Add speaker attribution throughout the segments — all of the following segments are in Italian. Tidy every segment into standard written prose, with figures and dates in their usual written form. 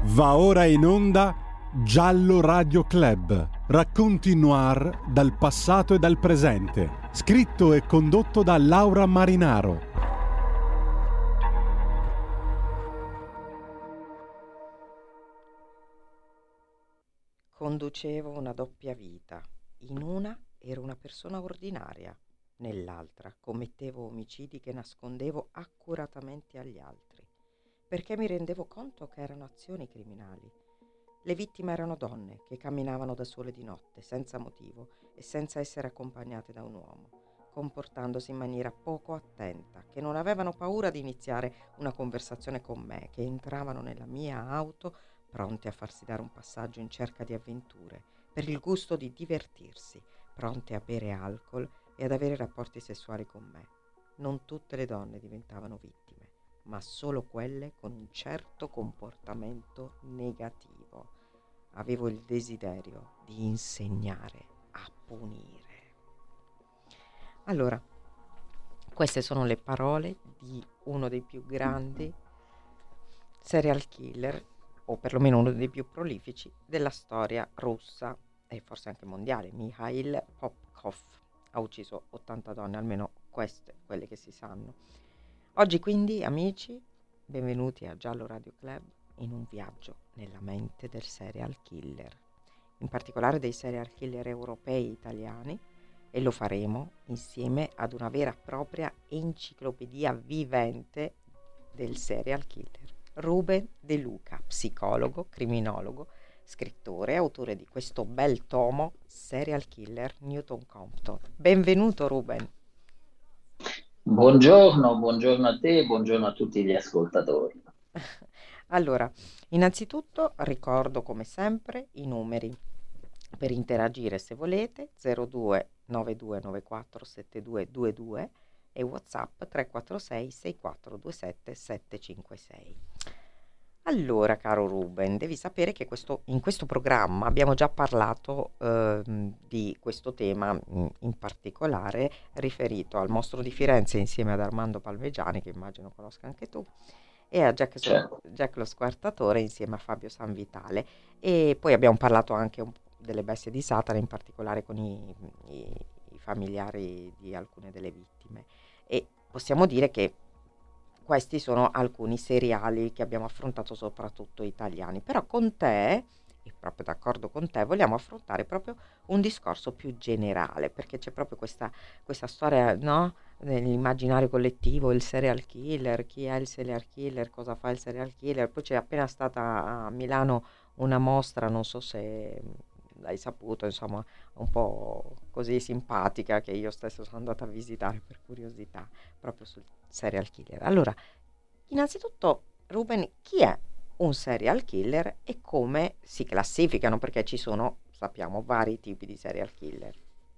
Speaker 1: Va ora in onda Giallo Radio Club, racconti noir dal passato e dal presente, scritto e condotto da Laura Marinaro.
Speaker 2: Conducevo una doppia vita. In una ero una persona ordinaria, nell'altra commettevo omicidi che nascondevo accuratamente agli altri, perché mi rendevo conto che erano azioni criminali. Le vittime erano donne che camminavano da sole di notte, senza motivo e senza essere accompagnate da un uomo, comportandosi in maniera poco attenta, che non avevano paura di iniziare una conversazione con me, che entravano nella mia auto pronte a farsi dare un passaggio in cerca di avventure, per il gusto di divertirsi, pronte a bere alcol e ad avere rapporti sessuali con me. Non tutte le donne diventavano vittime, ma solo quelle con un certo comportamento negativo. Avevo il desiderio di insegnare a punire. Allora, queste sono le parole di uno dei più grandi serial killer, o perlomeno uno dei più prolifici della storia russa e forse anche mondiale. Mikhail Popkov ha ucciso 80 donne, almeno queste, quelle che si sanno. Oggi quindi, amici, benvenuti a Giallo Radio Club in un viaggio nella mente del serial killer, in particolare dei serial killer europei e italiani, e lo faremo insieme ad una vera e propria enciclopedia vivente del serial killer. Ruben De Luca, psicologo, criminologo, scrittore, autore di questo bel tomo Serial Killer Newton Compton. Benvenuto Ruben.
Speaker 3: Buongiorno a te e buongiorno a tutti gli ascoltatori.
Speaker 2: Allora, innanzitutto ricordo come sempre i numeri per interagire se volete: 02 9294 7222 e WhatsApp 346 6427 756. Allora, caro Ruben, devi sapere che in questo programma abbiamo già parlato di questo tema in particolare riferito al Mostro di Firenze insieme ad Armando Palmegiani, che immagino conosca anche tu, e a Jack lo Squartatore insieme a Fabio Sanvitale. E poi abbiamo parlato anche delle bestie di Satana, in particolare con i familiari di alcune delle vittime. E possiamo dire che questi sono alcuni seriali che abbiamo affrontato, soprattutto italiani. Però con te, e proprio d'accordo con te, vogliamo affrontare proprio un discorso più generale, perché c'è proprio questa storia, no? Nell'immaginario collettivo, il serial killer, chi è il serial killer, cosa fa il serial killer. Poi c'è appena stata a Milano una mostra, non so se l'hai saputo, insomma, un po' così simpatica, che io stesso sono andata a visitare per curiosità, proprio sul serial killer. Allora, innanzitutto, Ruben, chi è un serial killer e come si classificano? Perché ci sono, sappiamo, vari tipi di serial killer.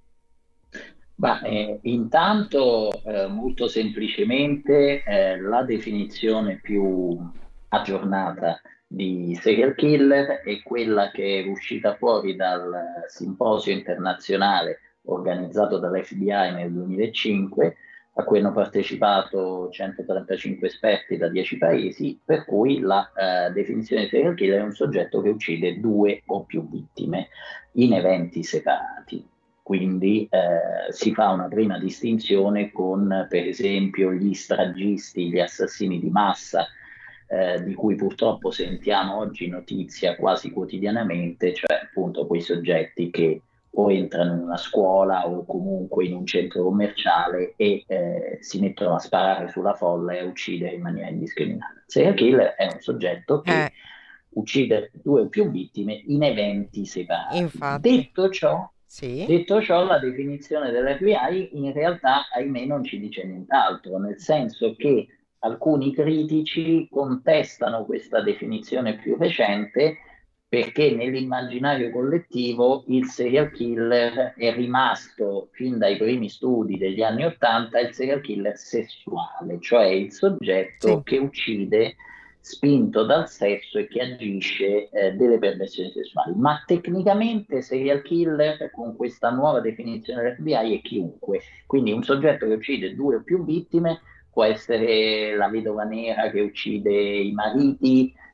Speaker 3: Intanto, molto semplicemente, la definizione più aggiornata di serial killer è quella che è uscita fuori dal simposio internazionale organizzato dall'FBI nel 2005, a cui hanno partecipato 135 esperti da 10 paesi, per cui la definizione di serial killer è un soggetto che uccide 2 o più vittime in eventi separati. Quindi si fa una prima distinzione con, per esempio, gli stragisti, gli assassini di massa, di cui purtroppo sentiamo oggi notizia quasi quotidianamente, cioè appunto quei soggetti che o entrano in una scuola o comunque in un centro commerciale e si mettono a sparare sulla folla e a uccidere in maniera indiscriminata. Il serial killer è un soggetto che uccide 2 o più vittime in eventi separati.
Speaker 2: Infatti. Sì.
Speaker 3: Detto ciò, la definizione dell'FBI in realtà, ahimè, non ci dice nient'altro, nel senso che alcuni critici contestano questa definizione più recente perché nell'immaginario collettivo il serial killer è rimasto, fin dai primi studi degli anni '80, il serial killer sessuale, cioè il soggetto che uccide spinto dal sesso e che agisce delle perversioni sessuali. Ma tecnicamente serial killer, con questa nuova definizione dell'FBI, è chiunque. Quindi un soggetto che uccide 2 o più vittime può essere la vedova nera che uccide i mariti,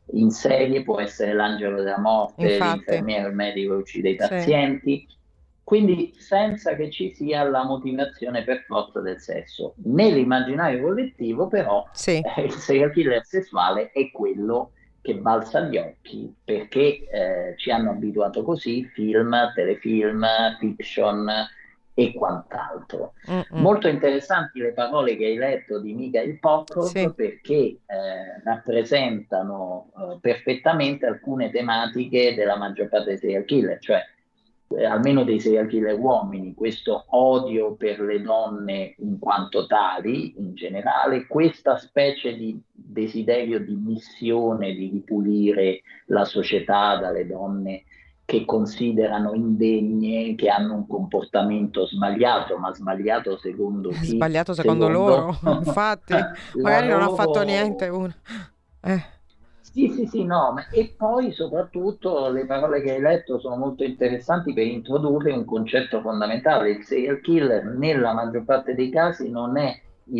Speaker 3: in serie, può essere l'angelo della morte,
Speaker 2: Infatti,
Speaker 3: l'infermiere, il medico che uccide i
Speaker 2: sì,
Speaker 3: pazienti, quindi senza che ci sia la motivazione per forza del sesso. Nell'immaginario collettivo, però,
Speaker 2: sì,
Speaker 3: il serial killer sessuale è quello che balza agli occhi perché ci hanno abituato così film, telefilm, fiction e quant'altro.
Speaker 2: mm-mm,
Speaker 3: Molto interessanti le parole che hai letto di Mikhail Popov
Speaker 2: sì,
Speaker 3: perché rappresentano perfettamente alcune tematiche della maggior parte dei serial killer, cioè almeno dei serial killer uomini, questo odio per le donne in quanto tali, in generale, questa specie di desiderio di missione di ripulire la società dalle donne che considerano indegne, che hanno un comportamento sbagliato, ma sbagliato secondo chi?
Speaker 2: sbagliato secondo
Speaker 3: Secondo
Speaker 2: loro, infatti,
Speaker 3: la
Speaker 2: magari non ha fatto niente
Speaker 3: loro
Speaker 2: uno. Eh,
Speaker 3: sì, sì, sì, no, e poi soprattutto le parole che hai letto sono molto interessanti per introdurre un concetto fondamentale. Il serial killer nella maggior parte dei casi non è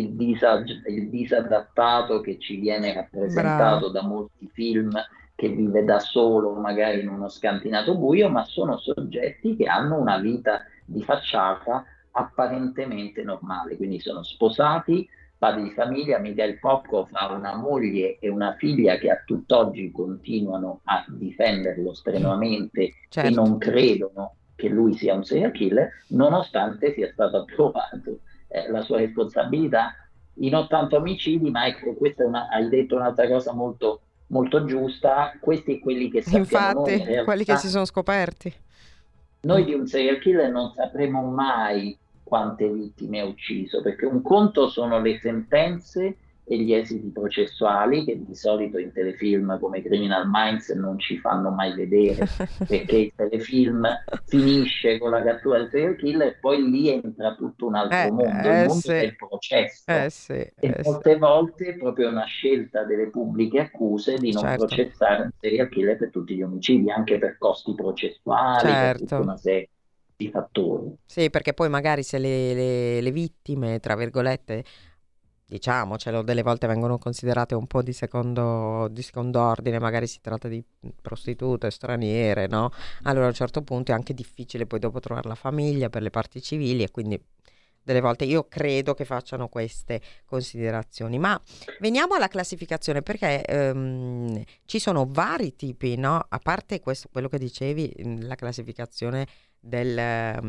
Speaker 3: il disadattato che ci viene
Speaker 2: bravo,
Speaker 3: rappresentato da molti film che vive da solo, magari in uno scantinato buio, ma sono soggetti che hanno una vita di facciata apparentemente normale, quindi sono sposati, padri di famiglia. Miguel Popov ha una moglie e una figlia che a tutt'oggi continuano a difenderlo strenuamente e
Speaker 2: certo.
Speaker 3: non credono che lui sia un serial killer, nonostante sia stato approvato la sua responsabilità in 80 omicidi. Ma ecco, hai detto un'altra cosa molto, molto giusta, questi è quelli che sappiamo noi, in
Speaker 2: Infatti, quelli che si
Speaker 3: realtà
Speaker 2: sono scoperti. Mm.
Speaker 3: noi di un serial killer non sapremo mai quante vittime ha ucciso, perché un conto sono le sentenze e gli esiti processuali, che di solito in telefilm come Criminal Minds non ci fanno mai vedere, perché il telefilm finisce con la cattura del serial killer e poi lì entra tutto un altro mondo, il mondo
Speaker 2: Sì,
Speaker 3: del processo.
Speaker 2: sì,
Speaker 3: E
Speaker 2: sì,
Speaker 3: molte volte è proprio una scelta delle pubbliche accuse di non
Speaker 2: certo,
Speaker 3: processare un serial killer per tutti gli omicidi, anche per costi processuali, per tutta
Speaker 2: certo.
Speaker 3: una serie di fattori.
Speaker 2: Sì, perché poi magari se le vittime, tra virgolette, diciamocelo, delle volte vengono considerate un po' di secondo ordine, magari si tratta di prostitute, straniere, no? Allora a un certo punto è anche difficile poi dopo trovare la famiglia per le parti civili e quindi delle volte io credo che facciano queste considerazioni. Ma veniamo alla classificazione perché ci sono vari tipi, no? A parte questo, quello che dicevi, la classificazione del...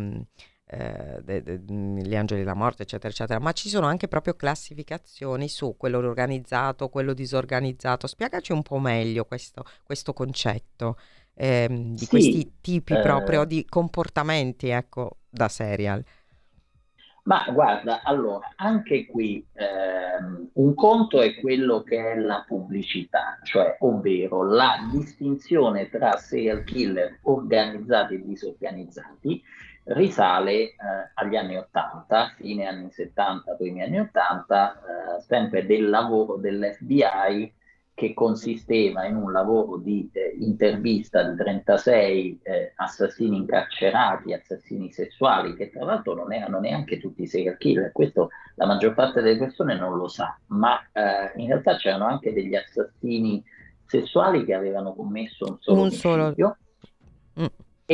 Speaker 2: gli angeli della morte, eccetera, eccetera, ma ci sono anche proprio classificazioni su quello organizzato, quello disorganizzato. Spiegaci un po' meglio questo concetto di
Speaker 3: Sì,
Speaker 2: questi tipi proprio
Speaker 3: eh,
Speaker 2: di comportamenti, ecco, da serial.
Speaker 3: ma guarda, allora, anche qui un conto è quello che è la pubblicità, cioè ovvero la distinzione tra serial killer organizzati e disorganizzati risale agli anni 80, fine anni 70, primi anni 80, sempre del lavoro dell'FBI che consisteva in un lavoro di intervista di 36 assassini incarcerati, assassini sessuali, che tra l'altro non erano neanche tutti serial killer. Questo la maggior parte delle persone non lo sa, ma in realtà c'erano anche degli assassini sessuali che avevano commesso un solo
Speaker 2: Un solo...
Speaker 3: omicidio,
Speaker 2: Mm,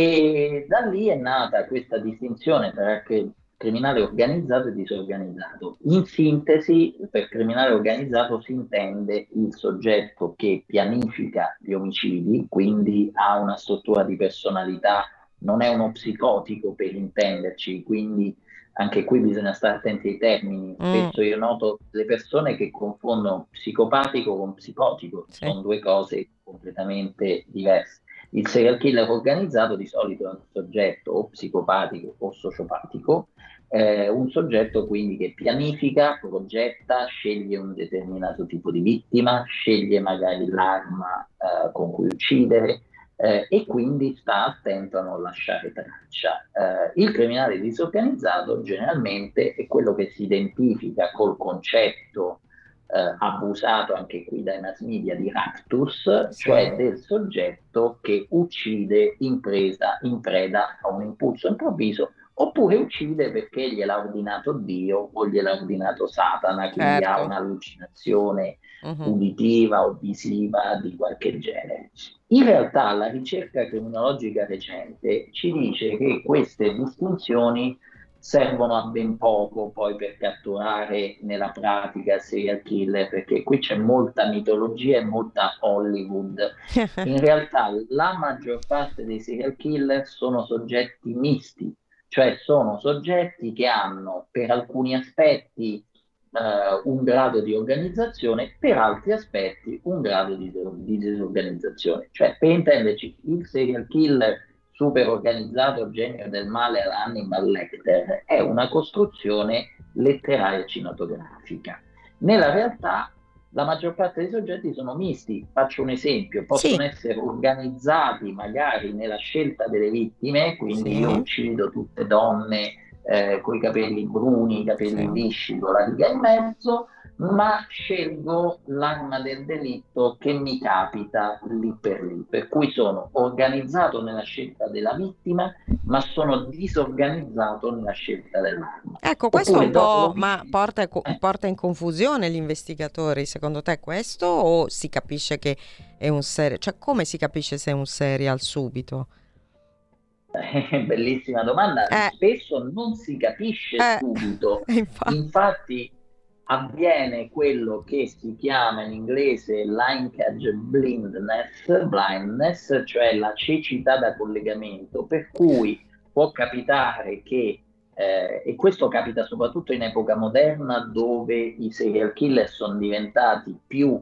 Speaker 3: e da lì è nata questa distinzione tra criminale organizzato e disorganizzato. In sintesi, per criminale organizzato si intende il soggetto che pianifica gli omicidi, quindi ha una struttura di personalità, non è uno psicotico per intenderci, quindi anche qui bisogna stare attenti ai termini.
Speaker 2: mm,
Speaker 3: Spesso io noto le persone che confondono psicopatico con psicotico,
Speaker 2: sì,
Speaker 3: sono due cose completamente diverse. Il serial killer organizzato di solito è un soggetto o psicopatico o sociopatico, un soggetto quindi che pianifica, progetta, sceglie un determinato tipo di vittima, sceglie magari l'arma con cui uccidere, e quindi sta attento a non lasciare traccia. Il criminale disorganizzato generalmente è quello che si identifica col concetto abusato anche qui dai mass media di raptus, cioè
Speaker 2: sì,
Speaker 3: del soggetto che uccide in preda, in preda a un impulso improvviso oppure uccide perché gliel'ha ordinato Dio o gliel'ha ordinato Satana, quindi ha
Speaker 2: certo.
Speaker 3: un'allucinazione
Speaker 2: Mhm.
Speaker 3: uditiva o visiva di qualche genere. In realtà la ricerca criminologica recente ci dice che queste distinzioni servono a ben poco poi per catturare nella pratica serial killer, perché qui c'è molta mitologia e molta Hollywood. In realtà la maggior parte dei serial killer sono soggetti misti, cioè sono soggetti che hanno per alcuni aspetti un grado di organizzazione, per altri aspetti un grado di disorganizzazione. Cioè, per intenderci, il serial killer super organizzato, genio del male alla Hannibal Lecter, è una costruzione letteraria e cinematografica. Nella realtà la maggior parte dei soggetti sono misti. Faccio un esempio: possono
Speaker 2: Sì,
Speaker 3: essere organizzati magari nella scelta delle vittime, quindi io
Speaker 2: sì,
Speaker 3: uccido tutte donne con i capelli bruni, i capelli
Speaker 2: sì.
Speaker 3: lisci, con la riga in mezzo, ma scelgo l'arma del delitto che mi capita lì per lì. Per cui sono organizzato nella scelta della vittima, ma sono disorganizzato nella scelta dell'arma.
Speaker 2: Ecco, questo è un
Speaker 3: Oppure dopo
Speaker 2: po', ma
Speaker 3: l'omicidio.
Speaker 2: porta in confusione gli investigatori, secondo te questo, o si capisce che è un serial? Cioè, come si capisce se è un serial subito?
Speaker 3: Bellissima domanda.
Speaker 2: Eh,
Speaker 3: Spesso non si capisce
Speaker 2: eh,
Speaker 3: subito.
Speaker 2: infatti.
Speaker 3: Infatti avviene quello che si chiama in inglese linkage blindness, cioè la cecità da collegamento, per cui può capitare che, e questo capita soprattutto in epoca moderna, dove i serial killer sono diventati più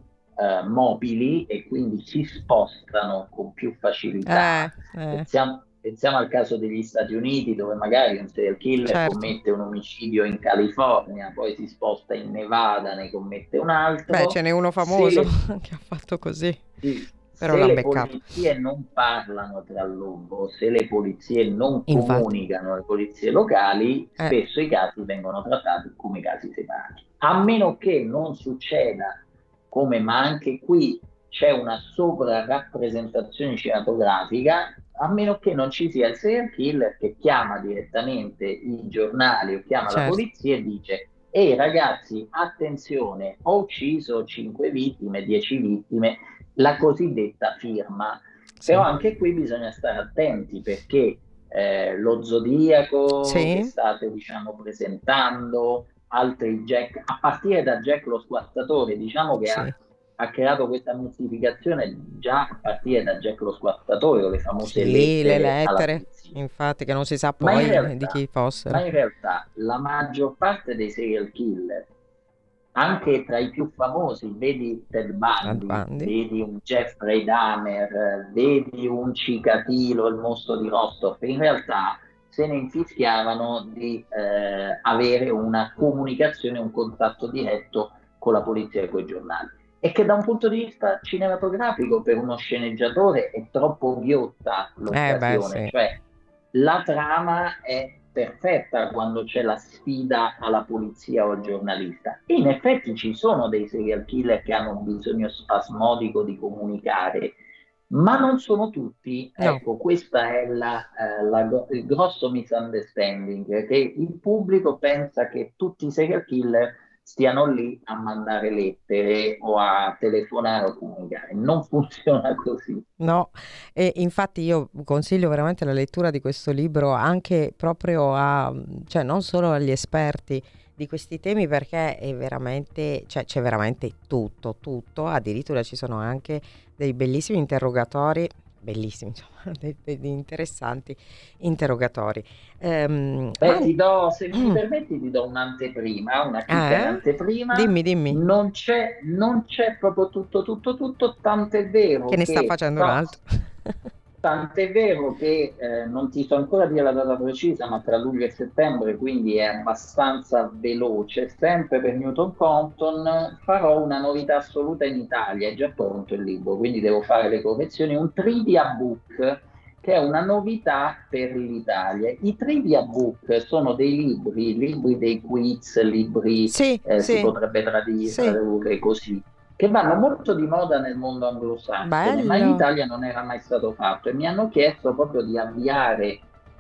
Speaker 3: mobili e quindi si spostano con più facilità.
Speaker 2: Eh,
Speaker 3: Pensiamo al caso degli Stati Uniti, dove magari un serial killer
Speaker 2: certo.
Speaker 3: commette un omicidio in California, poi si sposta in Nevada, ne commette un
Speaker 2: Beh, ce
Speaker 3: altro.
Speaker 2: n'è uno
Speaker 3: Se
Speaker 2: famoso
Speaker 3: le,
Speaker 2: che ha fatto così,
Speaker 3: sì,
Speaker 2: però
Speaker 3: se
Speaker 2: l'hanno
Speaker 3: le
Speaker 2: beccato.
Speaker 3: polizie non parlano tra loro, se le polizie non
Speaker 2: Infatti.
Speaker 3: comunicano alle polizie locali,
Speaker 2: Eh,
Speaker 3: spesso i casi vengono trattati come casi separati. A meno che non succeda, come ma anche qui c'è una sovrarappresentazione cinematografica, a meno che non ci sia il serial killer che chiama direttamente i giornali o chiama la
Speaker 2: certo.
Speaker 3: polizia e dice: ehi ragazzi, attenzione, ho ucciso 5 vittime, 10 vittime, la cosiddetta firma. Però
Speaker 2: Sì.
Speaker 3: anche qui bisogna stare attenti, perché lo Zodiaco che
Speaker 2: Sì,
Speaker 3: state, diciamo, presentando, altri Jack, a partire da Jack lo Squattatore, diciamo che
Speaker 2: sì.
Speaker 3: ha creato questa mistificazione già a partire da Jack lo Squattatore, o le famose
Speaker 2: Sì, le
Speaker 3: lettere alla
Speaker 2: lettere,
Speaker 3: polizia.
Speaker 2: infatti, che non si sa
Speaker 3: Ma in
Speaker 2: poi di
Speaker 3: realtà,
Speaker 2: chi
Speaker 3: ma
Speaker 2: fossero.
Speaker 3: in realtà la maggior parte dei serial killer, anche tra i più famosi, vedi Ted
Speaker 2: Ad
Speaker 3: Bundy,
Speaker 2: Bandi.
Speaker 3: vedi un Jeffrey Dahmer, vedi un Cicatilo, il mostro di Rostov, in realtà se ne infischiavano di avere una comunicazione, un contatto diretto con la polizia e con i giornali. E che da un punto di vista cinematografico, per uno sceneggiatore, è troppo ghiotta
Speaker 2: Beh,
Speaker 3: l'occasione,
Speaker 2: sì.
Speaker 3: cioè la trama è perfetta quando c'è la sfida alla polizia o al giornalista. E in effetti ci sono dei serial killer che hanno un bisogno spasmodico di comunicare, ma non sono tutti.
Speaker 2: No.
Speaker 3: Ecco, questa è il grosso misunderstanding, che il pubblico pensa che tutti i serial killer stiano lì a mandare lettere o a telefonare o comunicare. Non funziona così.
Speaker 2: No, e infatti io consiglio veramente la lettura di questo libro anche proprio a, cioè non solo agli esperti di questi temi, perché è veramente, cioè c'è veramente tutto, tutto, addirittura ci sono anche dei bellissimi interrogatori, bellissimi, insomma, degli interessanti interrogatori.
Speaker 3: Beh,
Speaker 2: Ma
Speaker 3: se mi permetti, ti do un'anteprima, una chicca in
Speaker 2: eh?
Speaker 3: anteprima.
Speaker 2: Dimmi, dimmi,
Speaker 3: Non c'è proprio tutto, tant'è
Speaker 2: che
Speaker 3: vero
Speaker 2: ne sta
Speaker 3: che,
Speaker 2: facendo un
Speaker 3: no,
Speaker 2: altro.
Speaker 3: tant'è vero che non ti so ancora dire la data precisa, ma tra luglio e settembre, quindi è abbastanza veloce. Sempre per Newton Compton farò una novità assoluta in Italia, è già pronto il libro, quindi devo fare le correzioni, un trivia book che è una novità per l'Italia. I trivia book sono dei libri dei quiz, libri
Speaker 2: Sì,
Speaker 3: si
Speaker 2: sì,
Speaker 3: potrebbe
Speaker 2: sì,
Speaker 3: tradurre così, che vanno molto di moda nel mondo anglosassone, ma in
Speaker 2: bello.
Speaker 3: Italia non era mai stato fatto, e mi hanno chiesto proprio di avviare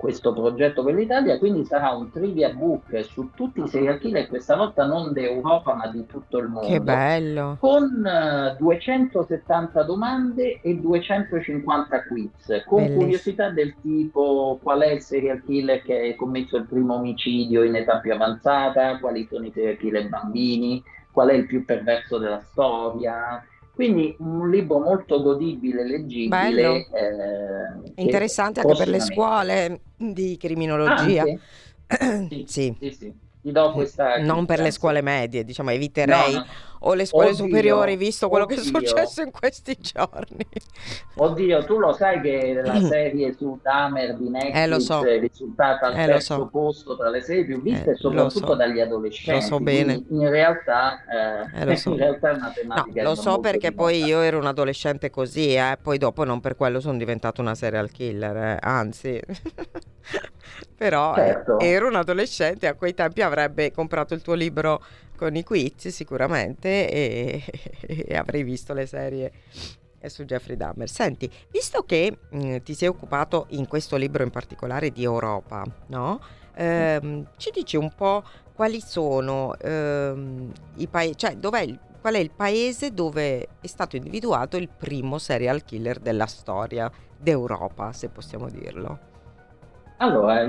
Speaker 3: questo progetto per l'Italia, quindi sarà un trivia book su tutti i serial killer, questa volta non d'Europa ma di tutto il
Speaker 2: Che
Speaker 3: mondo,
Speaker 2: bello,
Speaker 3: con 270 domande e 250 quiz, con
Speaker 2: bellissimo.
Speaker 3: curiosità del tipo: qual è il serial killer che ha commesso il primo omicidio in età più avanzata, quali sono i serial killer bambini, qual è il più perverso della storia. Quindi un libro molto godibile,
Speaker 2: Bello.
Speaker 3: leggibile, che
Speaker 2: Interessante anche per le
Speaker 3: prossimamente.
Speaker 2: scuole di criminologia.
Speaker 3: Anche? Sì,
Speaker 2: Sì,
Speaker 3: sì, sì, ti do questa
Speaker 2: non per le
Speaker 3: chicca,
Speaker 2: scuole
Speaker 3: sì.
Speaker 2: medie, diciamo,
Speaker 3: No,
Speaker 2: eviterei,
Speaker 3: no, no.
Speaker 2: o le scuole superiori,
Speaker 3: Oddio,
Speaker 2: visto quello che è
Speaker 3: oddio.
Speaker 2: successo in questi giorni.
Speaker 3: Oddio, tu lo sai che la serie su Dahmer di
Speaker 2: Lo
Speaker 3: Netflix
Speaker 2: so,
Speaker 3: è risultata al
Speaker 2: lo so,
Speaker 3: terzo posto tra le serie più viste, soprattutto dagli
Speaker 2: lo so
Speaker 3: adolescenti,
Speaker 2: bene.
Speaker 3: quindi in realtà,
Speaker 2: Lo
Speaker 3: in
Speaker 2: so.
Speaker 3: realtà è una
Speaker 2: No,
Speaker 3: tematica
Speaker 2: lo
Speaker 3: non
Speaker 2: so
Speaker 3: molto
Speaker 2: perché poi
Speaker 3: dimota.
Speaker 2: io ero un adolescente così, poi dopo non per quello sono diventato una serial killer, anzi. Però
Speaker 3: Certo.
Speaker 2: ero un adolescente, a quei tempi avrebbe comprato il tuo libro con i quiz sicuramente e avrei visto le serie su Jeffrey Dahmer. Senti, visto che ti sei occupato in questo libro in particolare di Europa, no? Ci dici un po' quali sono i paesi, cioè qual è il paese dove è stato individuato il primo serial killer della storia d'Europa, se possiamo dirlo.
Speaker 3: Allora,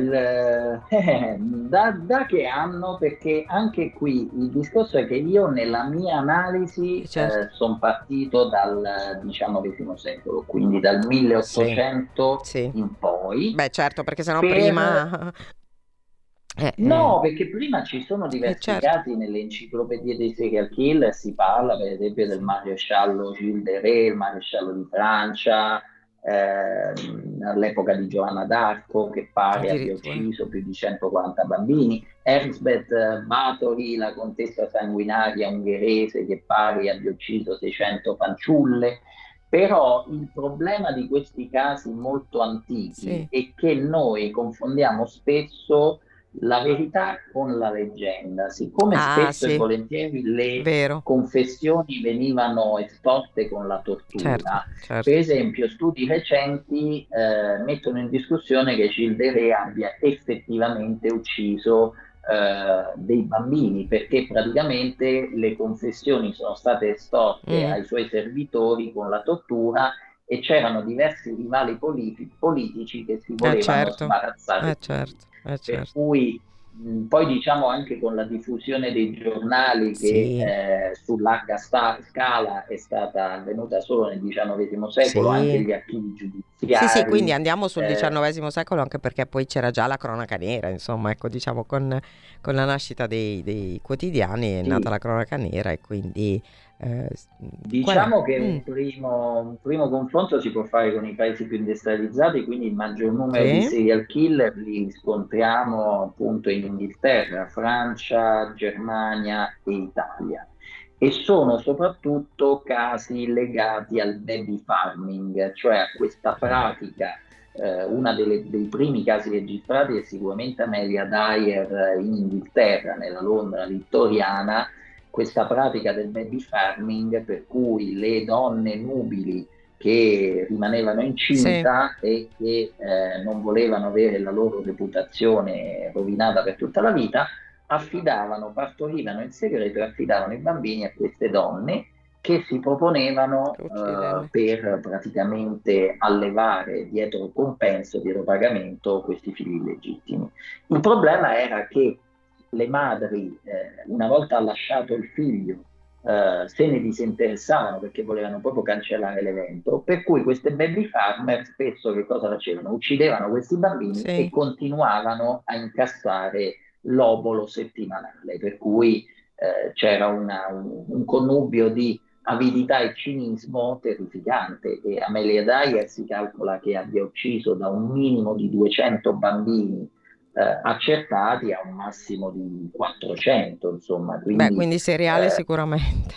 Speaker 3: da che anno? Perché anche qui il discorso è che io nella mia analisi
Speaker 2: Certo.
Speaker 3: sono partito dal XIX secolo, quindi dal
Speaker 2: Sì,
Speaker 3: 1800
Speaker 2: sì.
Speaker 3: in poi,
Speaker 2: Beh, certo, perché sennò
Speaker 3: per...
Speaker 2: prima...
Speaker 3: No, perché prima ci sono diversi
Speaker 2: certo.
Speaker 3: casi nelle enciclopedie dei serial killer, si parla per esempio del
Speaker 2: Sì,
Speaker 3: maresciallo Gilles de Retz, il maresciallo di Francia, all'epoca di Giovanna d'Arco, che pare abbia
Speaker 2: addirittura.
Speaker 3: ucciso più di 140 bambini, Elsbeth Bathory, la contessa sanguinaria ungherese, che pare abbia ucciso 600 fanciulle. Però il problema di questi casi molto antichi
Speaker 2: Sì.
Speaker 3: è che noi confondiamo spesso la verità con la leggenda. Siccome
Speaker 2: Ah,
Speaker 3: spesso e
Speaker 2: sì,
Speaker 3: volentieri le
Speaker 2: vero.
Speaker 3: confessioni venivano esposte con la
Speaker 2: Certo,
Speaker 3: tortura, per
Speaker 2: certo.
Speaker 3: esempio, studi recenti mettono in discussione che Gilles abbia effettivamente ucciso dei bambini, perché praticamente le confessioni sono state estorte
Speaker 2: Mm,
Speaker 3: ai suoi servitori con la tortura e c'erano diversi rivali politici che si volevano
Speaker 2: certo,
Speaker 3: sbarazzare di lui.
Speaker 2: certo,
Speaker 3: Per
Speaker 2: certo.
Speaker 3: cui poi diciamo anche con la diffusione dei giornali che
Speaker 2: Sì,
Speaker 3: su larga scala è stata avvenuta solo nel XIX secolo, anche
Speaker 2: sì.
Speaker 3: gli archivi
Speaker 2: Sì, sì, quindi
Speaker 3: giudiziari.
Speaker 2: andiamo sul
Speaker 3: eh,
Speaker 2: XIX secolo anche perché poi c'era già la cronaca nera, insomma, ecco, diciamo con la nascita dei quotidiani è nata
Speaker 3: sì,
Speaker 2: la cronaca nera e quindi qual è?
Speaker 3: diciamo che un primo confronto si può fare con i paesi più industrializzati, quindi il maggior numero di
Speaker 2: Sì,
Speaker 3: serial killer li riscontriamo appunto in Inghilterra, Francia, Germania e Italia. E sono soprattutto casi legati al baby farming, cioè a questa pratica. Una dei primi casi registrati è sicuramente Amelia Dyer in Inghilterra, nella Londra vittoriana, questa pratica del baby farming, per cui le donne nubili che rimanevano
Speaker 2: sì,
Speaker 3: incinta e che non volevano avere la loro reputazione rovinata per tutta la vita, partorivano in segreto e affidavano i bambini a queste donne che si proponevano
Speaker 2: ucciderle.
Speaker 3: per praticamente allevare dietro compenso, dietro pagamento, questi figli illegittimi. Il problema era che le madri, una volta lasciato il figlio, se ne disinteressavano perché volevano proprio cancellare l'evento, per cui queste baby farmer spesso che cosa facevano? Uccidevano questi bambini e
Speaker 2: Sì,
Speaker 3: continuavano a incassare l'obolo settimanale, per cui c'era un connubio di avidità e cinismo terrificante, e Amelia Dyer si calcola che abbia ucciso da un minimo di 200 bambini accertati a un massimo di 400, insomma,
Speaker 2: beh,
Speaker 3: quindi
Speaker 2: quindi seriale
Speaker 3: eh,
Speaker 2: sicuramente.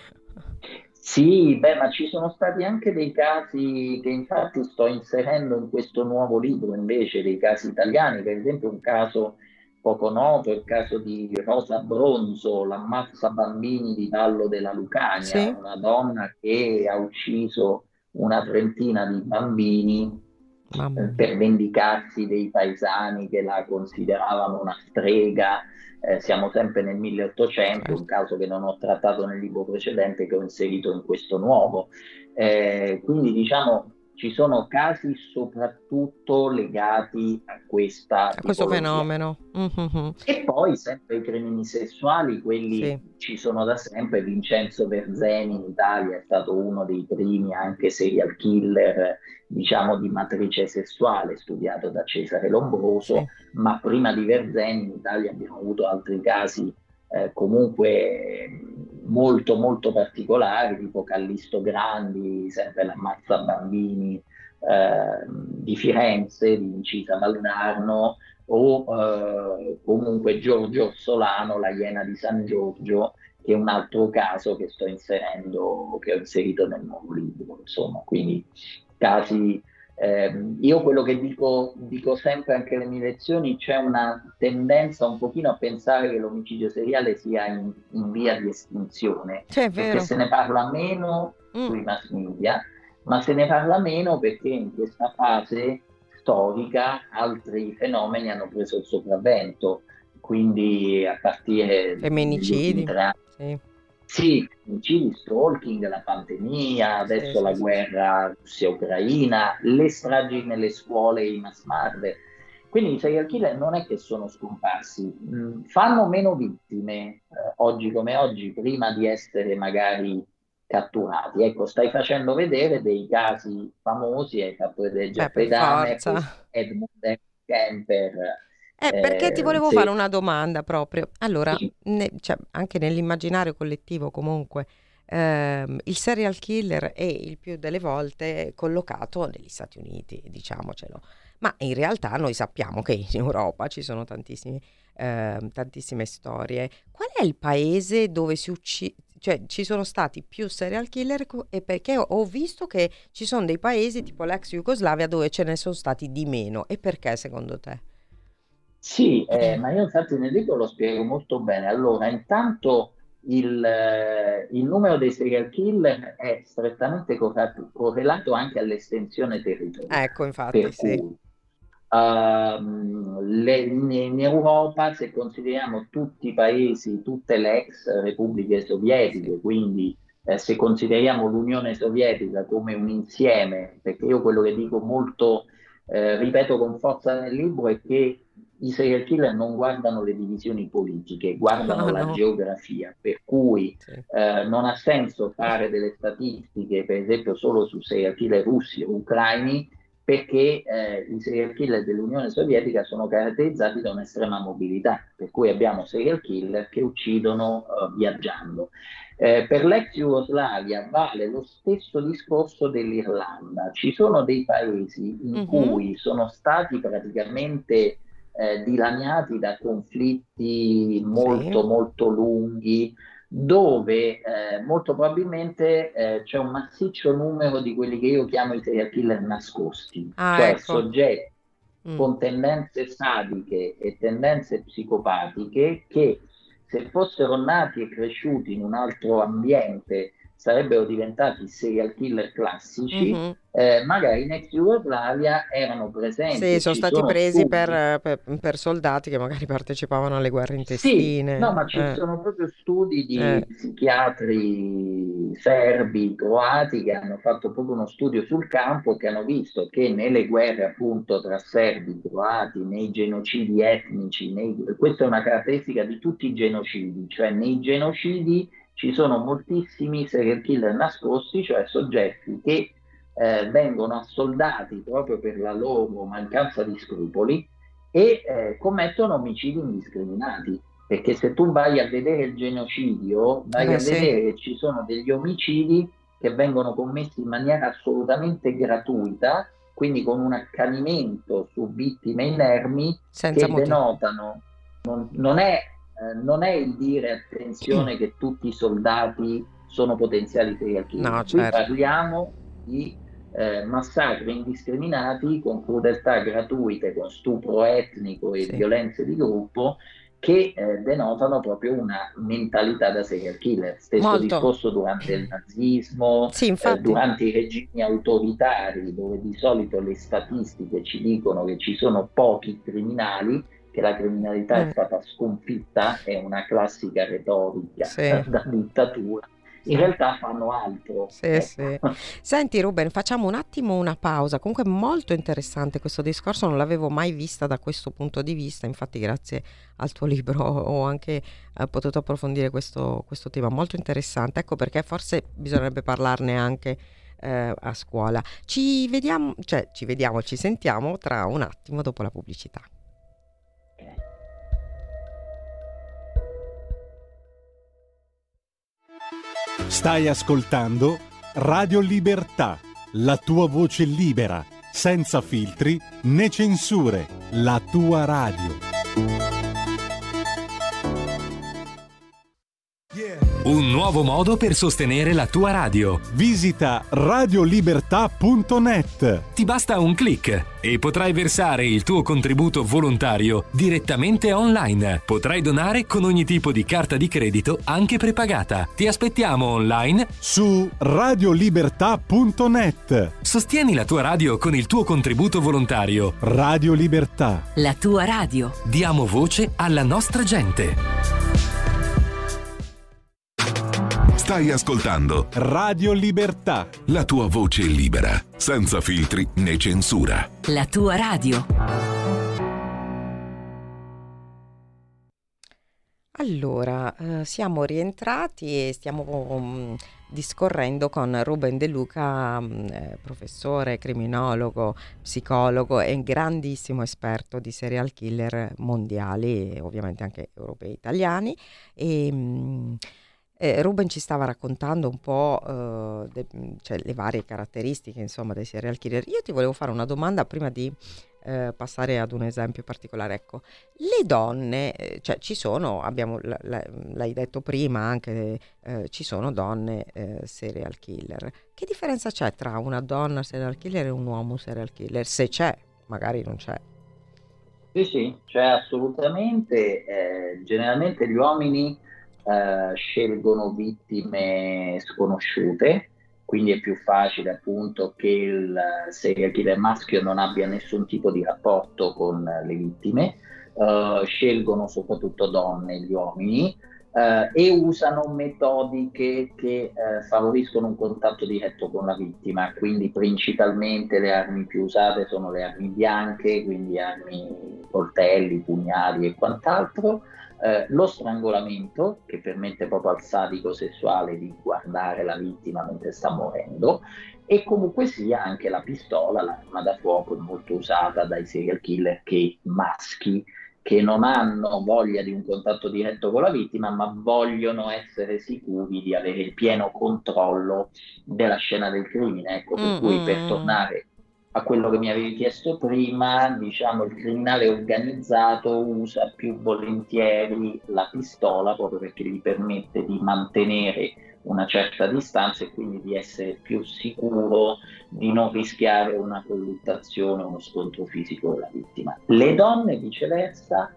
Speaker 3: sì, beh, ma ci sono stati anche dei casi che infatti sto inserendo in questo nuovo libro, invece, dei casi italiani, per esempio un caso poco noto, il caso di Rosa Bronzo, l'ammazza bambini di Vallo della Lucania,
Speaker 2: Sì,
Speaker 3: una donna che ha ucciso una trentina di bambini
Speaker 2: Mamma mia.
Speaker 3: per vendicarsi dei paesani che la consideravano una strega. Siamo sempre nel 1800, un
Speaker 2: Certo.
Speaker 3: caso che non ho trattato nel libro precedente, che ho inserito in questo nuovo. Quindi diciamo ci sono casi soprattutto legati a questa
Speaker 2: A questo
Speaker 3: tipologia.
Speaker 2: fenomeno. Mhm.
Speaker 3: E poi sempre i crimini sessuali,
Speaker 2: Sì.
Speaker 3: quelli ci sono da sempre. Vincenzo Verzeni in Italia è stato uno dei primi anche serial killer, diciamo, di matrice sessuale, studiato da Cesare
Speaker 2: Sì.
Speaker 3: Lombroso, ma prima di Verzeni in Italia abbiamo avuto altri casi comunque molto molto particolari, tipo Callisto Grandi, sempre l'ammazza bambini di Firenze, di Incisa Valdarno, o comunque Giorgio Orsolano, la Iena di San Giorgio, che è un altro caso che sto inserendo, che ho inserito nel nuovo libro, insomma, quindi casi. Io quello che dico sempre anche nelle mie lezioni, c'è una tendenza un pochino a pensare che l'omicidio seriale sia in via di estinzione,
Speaker 2: Sì, è
Speaker 3: perché
Speaker 2: vero.
Speaker 3: se ne parla meno
Speaker 2: Mm.
Speaker 3: sui mass media, ma se ne parla meno perché in questa fase storica altri fenomeni hanno preso il sopravvento, quindi a partire negli ultimi
Speaker 2: Femminicidi.
Speaker 3: 3 anni.
Speaker 2: Sì.
Speaker 3: Sì, omicidi, stalking, la pandemia,
Speaker 2: Sì,
Speaker 3: adesso
Speaker 2: sì,
Speaker 3: la
Speaker 2: sì, sì.
Speaker 3: guerra Russia-Ucraina, le stragi nelle scuole, i mass murder. Quindi i serial killer non è che sono scomparsi, fanno meno vittime oggi come oggi, prima di essere magari catturati. Ecco, stai facendo vedere dei casi famosi, hai fatto vedere
Speaker 2: Beh, per
Speaker 3: Jeffrey Dahmer,
Speaker 2: forza.
Speaker 3: questo Edmund Kemper,
Speaker 2: Perché ti volevo fare
Speaker 3: sì,
Speaker 2: una domanda proprio. Allora,
Speaker 3: sì,
Speaker 2: cioè, anche nell'immaginario collettivo comunque, il serial killer è il più delle volte collocato negli Stati Uniti, diciamocelo. Ma in realtà noi sappiamo che in Europa ci sono tantissime storie. Qual è il paese dove cioè ci sono stati più serial killer e perché ho visto che ci sono dei paesi tipo l'ex Jugoslavia dove ce ne sono stati di meno. E perché secondo te?
Speaker 3: sì, ma io infatti nel libro lo spiego molto bene. Allora, intanto il numero dei serial killer è strettamente correlato anche all'estensione
Speaker 2: Ecco,
Speaker 3: territoriale,
Speaker 2: infatti,
Speaker 3: per
Speaker 2: sì.
Speaker 3: cui in Europa, se consideriamo tutti i paesi, tutte le ex repubbliche
Speaker 2: Sì.
Speaker 3: sovietiche, quindi se consideriamo l'Unione Sovietica come un insieme, perché io quello che dico molto, ripeto con forza nel libro, è che i serial killer non guardano le divisioni politiche, guardano
Speaker 2: Ah,
Speaker 3: la
Speaker 2: no.
Speaker 3: geografia, per cui
Speaker 2: Sì.
Speaker 3: non ha senso fare delle statistiche, per esempio, solo su serial killer russi o ucraini, perché i serial killer dell'Unione Sovietica sono caratterizzati da un'estrema mobilità, per cui abbiamo serial killer che uccidono viaggiando. Per l'ex Jugoslavia vale lo stesso discorso dell'Irlanda. Ci sono dei paesi in
Speaker 2: Mhm.
Speaker 3: cui sono stati praticamente dilaniati da conflitti
Speaker 2: Sì.
Speaker 3: molto molto lunghi, dove molto probabilmente c'è un massiccio numero di quelli che io chiamo i serial killer nascosti,
Speaker 2: Ah,
Speaker 3: cioè
Speaker 2: ecco.
Speaker 3: soggetti
Speaker 2: Mm.
Speaker 3: con tendenze sadiche e tendenze psicopatiche che, se fossero nati e cresciuti in un altro ambiente, sarebbero diventati serial killer classici.
Speaker 2: Mhm.
Speaker 3: Magari in ex Jugoslavia erano presenti
Speaker 2: Sì,
Speaker 3: e
Speaker 2: sono
Speaker 3: ci
Speaker 2: stati
Speaker 3: sono
Speaker 2: presi per,
Speaker 3: studi.
Speaker 2: eh, per- per soldati che magari partecipavano alle guerre
Speaker 3: Sì, no,
Speaker 2: intestine.
Speaker 3: ma ci sono proprio studi
Speaker 2: Eh,
Speaker 3: di psichiatri serbi, croati, che hanno fatto proprio uno studio sul campo, che hanno visto che nelle guerre appunto tra serbi, croati, nei genocidi etnici, questa è una caratteristica di tutti i genocidi, cioè nei genocidi ci sono moltissimi serial killer nascosti, cioè soggetti che vengono assoldati proprio per la loro mancanza di scrupoli e commettono omicidi indiscriminati. Perché se tu vai a vedere il genocidio, vai
Speaker 2: beh,
Speaker 3: a
Speaker 2: sì,
Speaker 3: vedere che ci sono degli omicidi che vengono commessi in maniera assolutamente gratuita, quindi con un accanimento su vittime inermi,
Speaker 2: senza
Speaker 3: che
Speaker 2: motivo.
Speaker 3: denotano, non è il dire attenzione che tutti i soldati sono potenziali serial
Speaker 2: No,
Speaker 3: killer. Qui
Speaker 2: certo.
Speaker 3: parliamo di massacri indiscriminati con crudeltà gratuite, con stupro etnico e
Speaker 2: Sì.
Speaker 3: violenze di gruppo, che denotano proprio una mentalità da serial killer. Stesso
Speaker 2: Molto.
Speaker 3: discorso durante il nazismo,
Speaker 2: Sì, infatti.
Speaker 3: durante i regimi autoritari, dove di solito le statistiche ci dicono che ci sono pochi criminali, che la criminalità è stata sconfitta, è una classica retorica da dittatura. In realtà fanno altro.
Speaker 2: Sì. Senti Ruben, facciamo un attimo una pausa. Comunque molto interessante questo discorso, non l'avevo mai vista da questo punto di vista, infatti grazie al tuo libro ho anche potuto approfondire questo tema, molto interessante. Ecco perché forse bisognerebbe parlarne anche a scuola. Ci sentiamo tra un attimo dopo la pubblicità.
Speaker 1: Stai ascoltando Radio Libertà, la tua voce libera, senza filtri né censure, la tua radio.
Speaker 4: Un nuovo modo per sostenere la tua radio.
Speaker 1: Visita radiolibertà.net.
Speaker 4: Ti basta un click e potrai versare il tuo contributo volontario direttamente online. Potrai donare con ogni tipo di carta di credito, anche prepagata. Ti aspettiamo online
Speaker 1: su radiolibertà.net.
Speaker 4: Sostieni la tua radio con il tuo contributo volontario.
Speaker 1: Radio Libertà.
Speaker 5: La tua radio.
Speaker 4: Diamo voce alla nostra gente.
Speaker 6: Stai ascoltando
Speaker 1: Radio Libertà,
Speaker 6: la tua voce libera, senza filtri né censura.
Speaker 5: La tua radio.
Speaker 2: Allora, siamo rientrati e stiamo discorrendo con Ruben De Luca, professore, criminologo, psicologo e grandissimo esperto di serial killer mondiali e ovviamente anche europei e italiani. Ruben ci stava raccontando un po' le varie caratteristiche insomma dei serial killer. Io ti volevo fare una domanda prima di passare ad un esempio particolare. Ecco, le donne, ci sono, l'hai detto prima anche, ci sono donne serial killer. Che differenza c'è tra una donna serial killer e un uomo serial killer? Se c'è, magari non c'è.
Speaker 3: Sì, c'è assolutamente. Generalmente gli uomini scelgono vittime sconosciute, quindi è più facile appunto che il serial killer maschio non abbia nessun tipo di rapporto con le vittime. Scelgono soprattutto donne gli uomini e usano metodiche che favoriscono un contatto diretto con la vittima, quindi principalmente le armi più usate sono le armi bianche, quindi armi, coltelli, pugnali e quant'altro. Lo strangolamento, che permette proprio al sadico sessuale di guardare la vittima mentre sta morendo, e comunque sia anche la pistola, l'arma da fuoco molto usata dai serial killer maschi, che non hanno voglia di un contatto diretto con la vittima, ma vogliono essere sicuri di avere il pieno controllo della scena del crimine. Ecco, per cui, per tornare a quello che mi avevi chiesto prima, diciamo, il criminale organizzato usa più volentieri la pistola proprio perché gli permette di mantenere una certa distanza e quindi di essere più sicuro di non rischiare una colluttazione o uno scontro fisico con la vittima. Le donne, viceversa,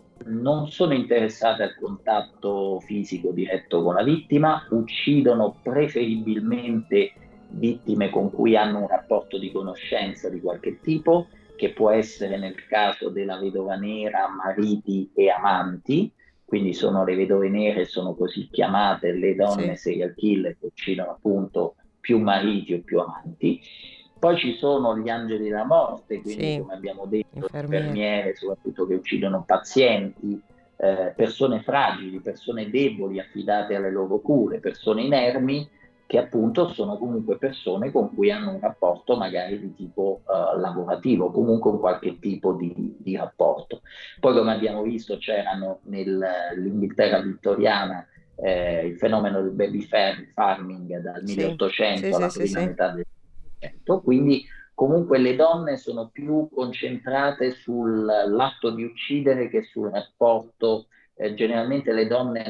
Speaker 3: non sono interessate al contatto fisico diretto con la vittima, uccidono preferibilmente vittime con cui hanno un rapporto di conoscenza di qualche tipo, che può essere nel caso della vedova nera mariti e amanti, quindi sono le vedove nere, sono così chiamate le donne serial killer che uccidono appunto più mariti o più amanti. Poi ci sono gli angeli della morte, quindi come abbiamo detto, infermiere soprattutto, che uccidono pazienti, persone fragili, persone deboli affidate alle loro cure, persone inermi, che appunto sono comunque persone con cui hanno un rapporto magari di tipo lavorativo, comunque un qualche tipo di rapporto. Poi, come abbiamo visto, c'erano nell'Inghilterra vittoriana il fenomeno del baby farming dal 1800 alla prima metà del 1900, quindi comunque le donne sono più concentrate sull'atto di uccidere che sul rapporto. Generalmente le donne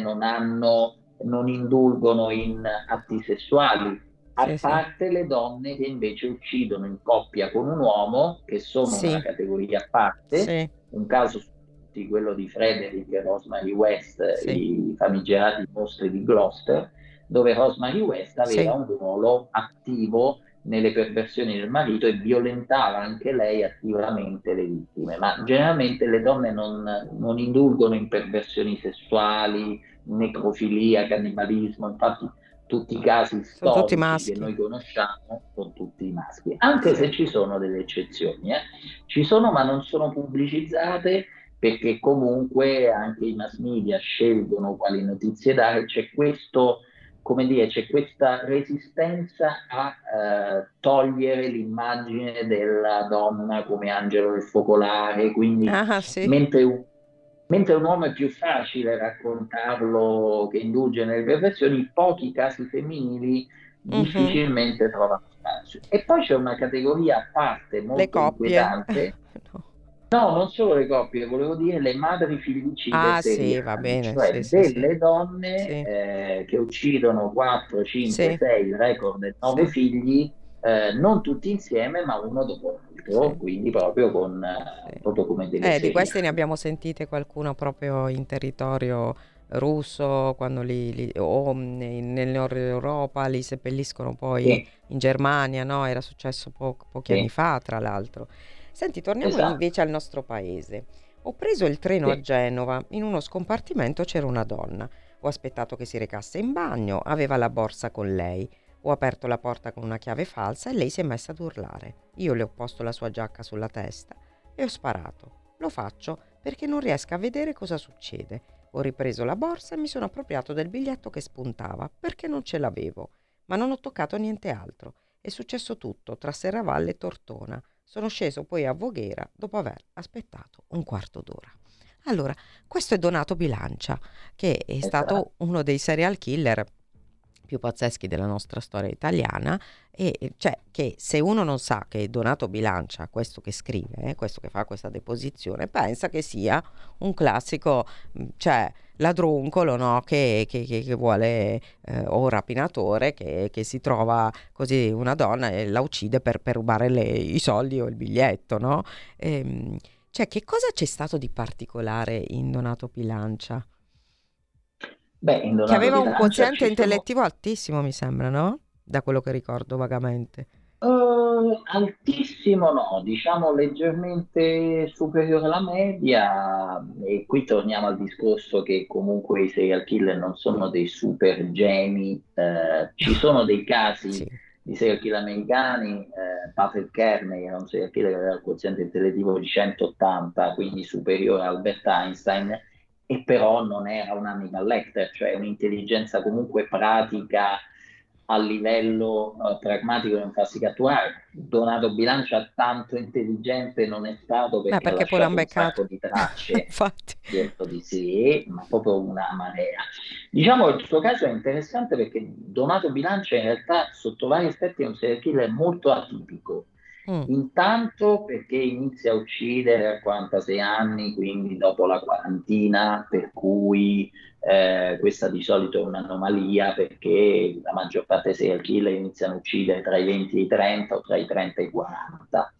Speaker 3: non indulgono in atti sessuali, a parte le donne che invece uccidono in coppia con un uomo, che sono una categoria a parte, un caso tutti, quello di Frederick e Rosemary West,
Speaker 2: Sì.
Speaker 3: i famigerati mostri di Gloucester, dove Rosemary West aveva
Speaker 2: Sì.
Speaker 3: un ruolo attivo nelle perversioni del marito e violentava anche lei attivamente le vittime, ma generalmente le donne non indulgono in perversioni sessuali, necrofilia, cannibalismo, infatti tutti i casi
Speaker 2: Sono tutti
Speaker 3: storici che
Speaker 2: maschi.
Speaker 3: noi conosciamo sono tutti maschi, anche se
Speaker 2: Sì.
Speaker 3: ci sono delle eccezioni, ci sono ma non sono pubblicizzate perché comunque anche i mass media scelgono quali notizie dare, c'è questo, come dire, c'è questa resistenza a togliere l'immagine della donna come angelo del focolare, quindi
Speaker 2: Ah, sì.
Speaker 3: mentre un uomo è più facile raccontarlo che indulge nelle perversioni, pochi casi femminili
Speaker 2: Mhm.
Speaker 3: difficilmente trovano spazio. E poi c'è una categoria a parte
Speaker 2: Le
Speaker 3: molto
Speaker 2: coppie.
Speaker 3: inquietante.
Speaker 2: No.
Speaker 3: No, non solo le coppie, volevo dire le madri figliericide
Speaker 2: Ah, sì, va
Speaker 3: seriali,
Speaker 2: bene, sì,
Speaker 3: cioè
Speaker 2: sì, sì.
Speaker 3: delle donne
Speaker 2: Sì,
Speaker 3: che uccidono 4, 5,
Speaker 2: sì,
Speaker 3: 6, il record è 9
Speaker 2: sì,
Speaker 3: figli, non tutti insieme, ma uno dopo l'altro,
Speaker 2: sì,
Speaker 3: quindi proprio,
Speaker 2: sì.
Speaker 3: proprio come delle
Speaker 2: Di queste ne
Speaker 3: seriali.
Speaker 2: abbiamo sentite qualcuno proprio in territorio russo, quando o nel nord Europa li seppelliscono poi
Speaker 3: Sì,
Speaker 2: in Germania, no? Era successo pochi anni
Speaker 3: sì,
Speaker 2: fa, tra l'altro. Senti, torniamo
Speaker 3: esatto,
Speaker 2: invece al nostro paese. Ho preso il treno a
Speaker 3: sì.
Speaker 2: Genova, in uno scompartimento c'era una donna. Ho aspettato che si recasse in bagno, aveva la borsa con lei. Ho aperto la porta con una chiave falsa e lei si è messa ad urlare. Io le ho posto la sua giacca sulla testa e ho sparato. Lo faccio perché non riesco a vedere cosa succede. Ho ripreso la borsa e mi sono appropriato del biglietto che spuntava perché non ce l'avevo, ma non ho toccato niente altro. È successo tutto tra Serravalle e Tortona. Sono sceso poi a Voghera dopo aver aspettato un quarto d'ora. Allora, questo è Donato Bilancia, che è
Speaker 3: Esatto.
Speaker 2: stato uno dei serial killer più pazzeschi della nostra storia italiana, e cioè che se uno non sa che Donato Bilancia, questo che scrive, questo che fa questa deposizione, pensa che sia un classico, cioè ladruncolo, no? Che vuole, o rapinatore, che si trova così una donna e la uccide per rubare i soldi o il biglietto, no? Cioè, che cosa c'è stato di particolare in Donato Bilancia?
Speaker 3: Beh, in
Speaker 2: Che
Speaker 3: Donato
Speaker 2: aveva un
Speaker 3: Bilancia
Speaker 2: quoziente
Speaker 3: ci sono.
Speaker 2: intellettivo altissimo, mi sembra, no? Da quello che ricordo vagamente.
Speaker 3: Altissimo no, diciamo leggermente superiore alla media, e qui torniamo al discorso che comunque i serial killer non sono dei super geni, ci sono dei casi
Speaker 2: Sì.
Speaker 3: di serial killer americani, Patrick Kearney era un serial killer che aveva il quoziente intellettivo di 180, quindi superiore a Albert Einstein, e però non era un Hannibal Lecter, cioè un'intelligenza comunque pratica a livello pragmatico non farsi catturare. Donato Bilancia tanto intelligente non è stato
Speaker 2: Beh,
Speaker 3: perché ha
Speaker 2: perché poi l'hanno
Speaker 3: lasciato un
Speaker 2: beccato.
Speaker 3: sacco di tracce
Speaker 2: Infatti.
Speaker 3: dietro di sé, ma proprio una marea. Diciamo che il suo caso è interessante perché Donato Bilancia in realtà sotto vari aspetti è un serial killer molto atipico.
Speaker 2: Mm,
Speaker 3: Intanto perché inizia a uccidere a 46 anni, quindi dopo la quarantina, per cui questa di solito è un'anomalia perché la maggior parte dei serial killer iniziano a uccidere tra i 20 e i 30 o tra i 30 e i 40.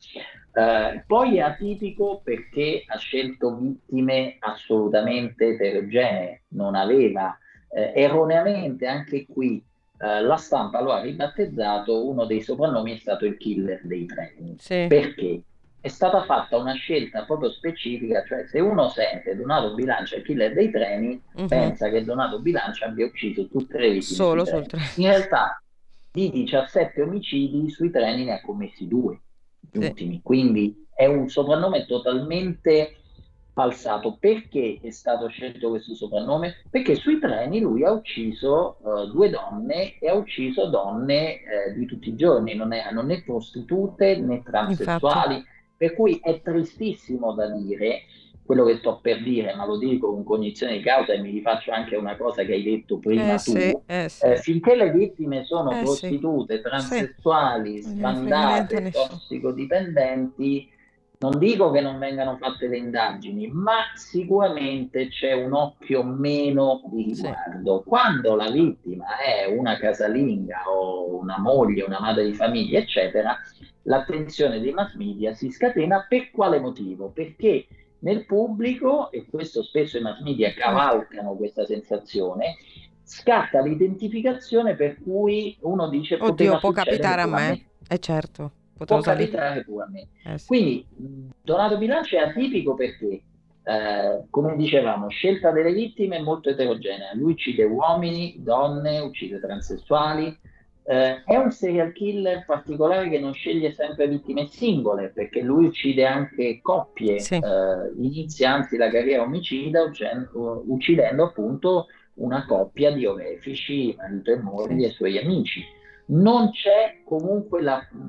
Speaker 3: Poi è atipico perché ha scelto vittime assolutamente eterogenee, non aveva erroneamente anche qui la stampa lo ha ribattezzato, uno dei soprannomi è stato il killer dei treni.
Speaker 2: sì.
Speaker 3: Perché? È stata fatta una scelta proprio specifica, cioè se uno sente Donato Bilancia il killer dei treni,
Speaker 2: Mhm.
Speaker 3: pensa che Donato Bilancia abbia ucciso tutte le vittime sui
Speaker 2: Solo sul
Speaker 3: treni.
Speaker 2: treno.
Speaker 3: In realtà di 17 omicidi sui treni ne ha commessi due, gli
Speaker 2: Sì.
Speaker 3: ultimi, quindi è un soprannome totalmente falsato. Perché è stato scelto questo soprannome? Perché sui treni lui ha ucciso due donne e ha ucciso donne di tutti i giorni, non erano né prostitute né
Speaker 2: Infatti.
Speaker 3: transessuali, per cui è tristissimo da dire quello che sto per dire, ma lo dico con cognizione di causa e mi rifaccio anche una cosa che hai detto
Speaker 2: Eh
Speaker 3: prima
Speaker 2: sì,
Speaker 3: tu.
Speaker 2: eh sì,
Speaker 3: Finché le vittime sono
Speaker 2: eh sì,
Speaker 3: prostitute,
Speaker 2: sì.
Speaker 3: transessuali,
Speaker 2: Non gliene frega niente a
Speaker 3: sbandate,
Speaker 2: nessuno.
Speaker 3: tossicodipendenti, non dico che non vengano fatte le indagini, ma sicuramente c'è un occhio meno di
Speaker 2: Sì.
Speaker 3: riguardo. Quando la vittima è una casalinga o una moglie, una madre di famiglia, eccetera, l'attenzione dei mass media si scatena per quale motivo? Perché nel pubblico, e questo spesso i mass media cavalcano questa sensazione, scatta l'identificazione per cui uno dice
Speaker 2: Oddio,
Speaker 3: poteva
Speaker 2: può
Speaker 3: succedere
Speaker 2: capitare a
Speaker 3: pure a
Speaker 2: me.
Speaker 3: me.
Speaker 2: Certo,
Speaker 3: Può
Speaker 2: potrò salire.
Speaker 3: capitare pure a me.
Speaker 2: Sì.
Speaker 3: Quindi Donato Bilancia è atipico perché, come dicevamo, scelta delle vittime è molto eterogenea. Lui uccide uomini, donne, uccide transessuali. È un serial killer particolare che non sceglie sempre vittime singole, perché lui uccide anche coppie.
Speaker 2: Sì.
Speaker 3: Inizia anzi la carriera omicida uccidendo appunto una coppia di orefici, marito e moglie, e suoi amici. Non c'è comunque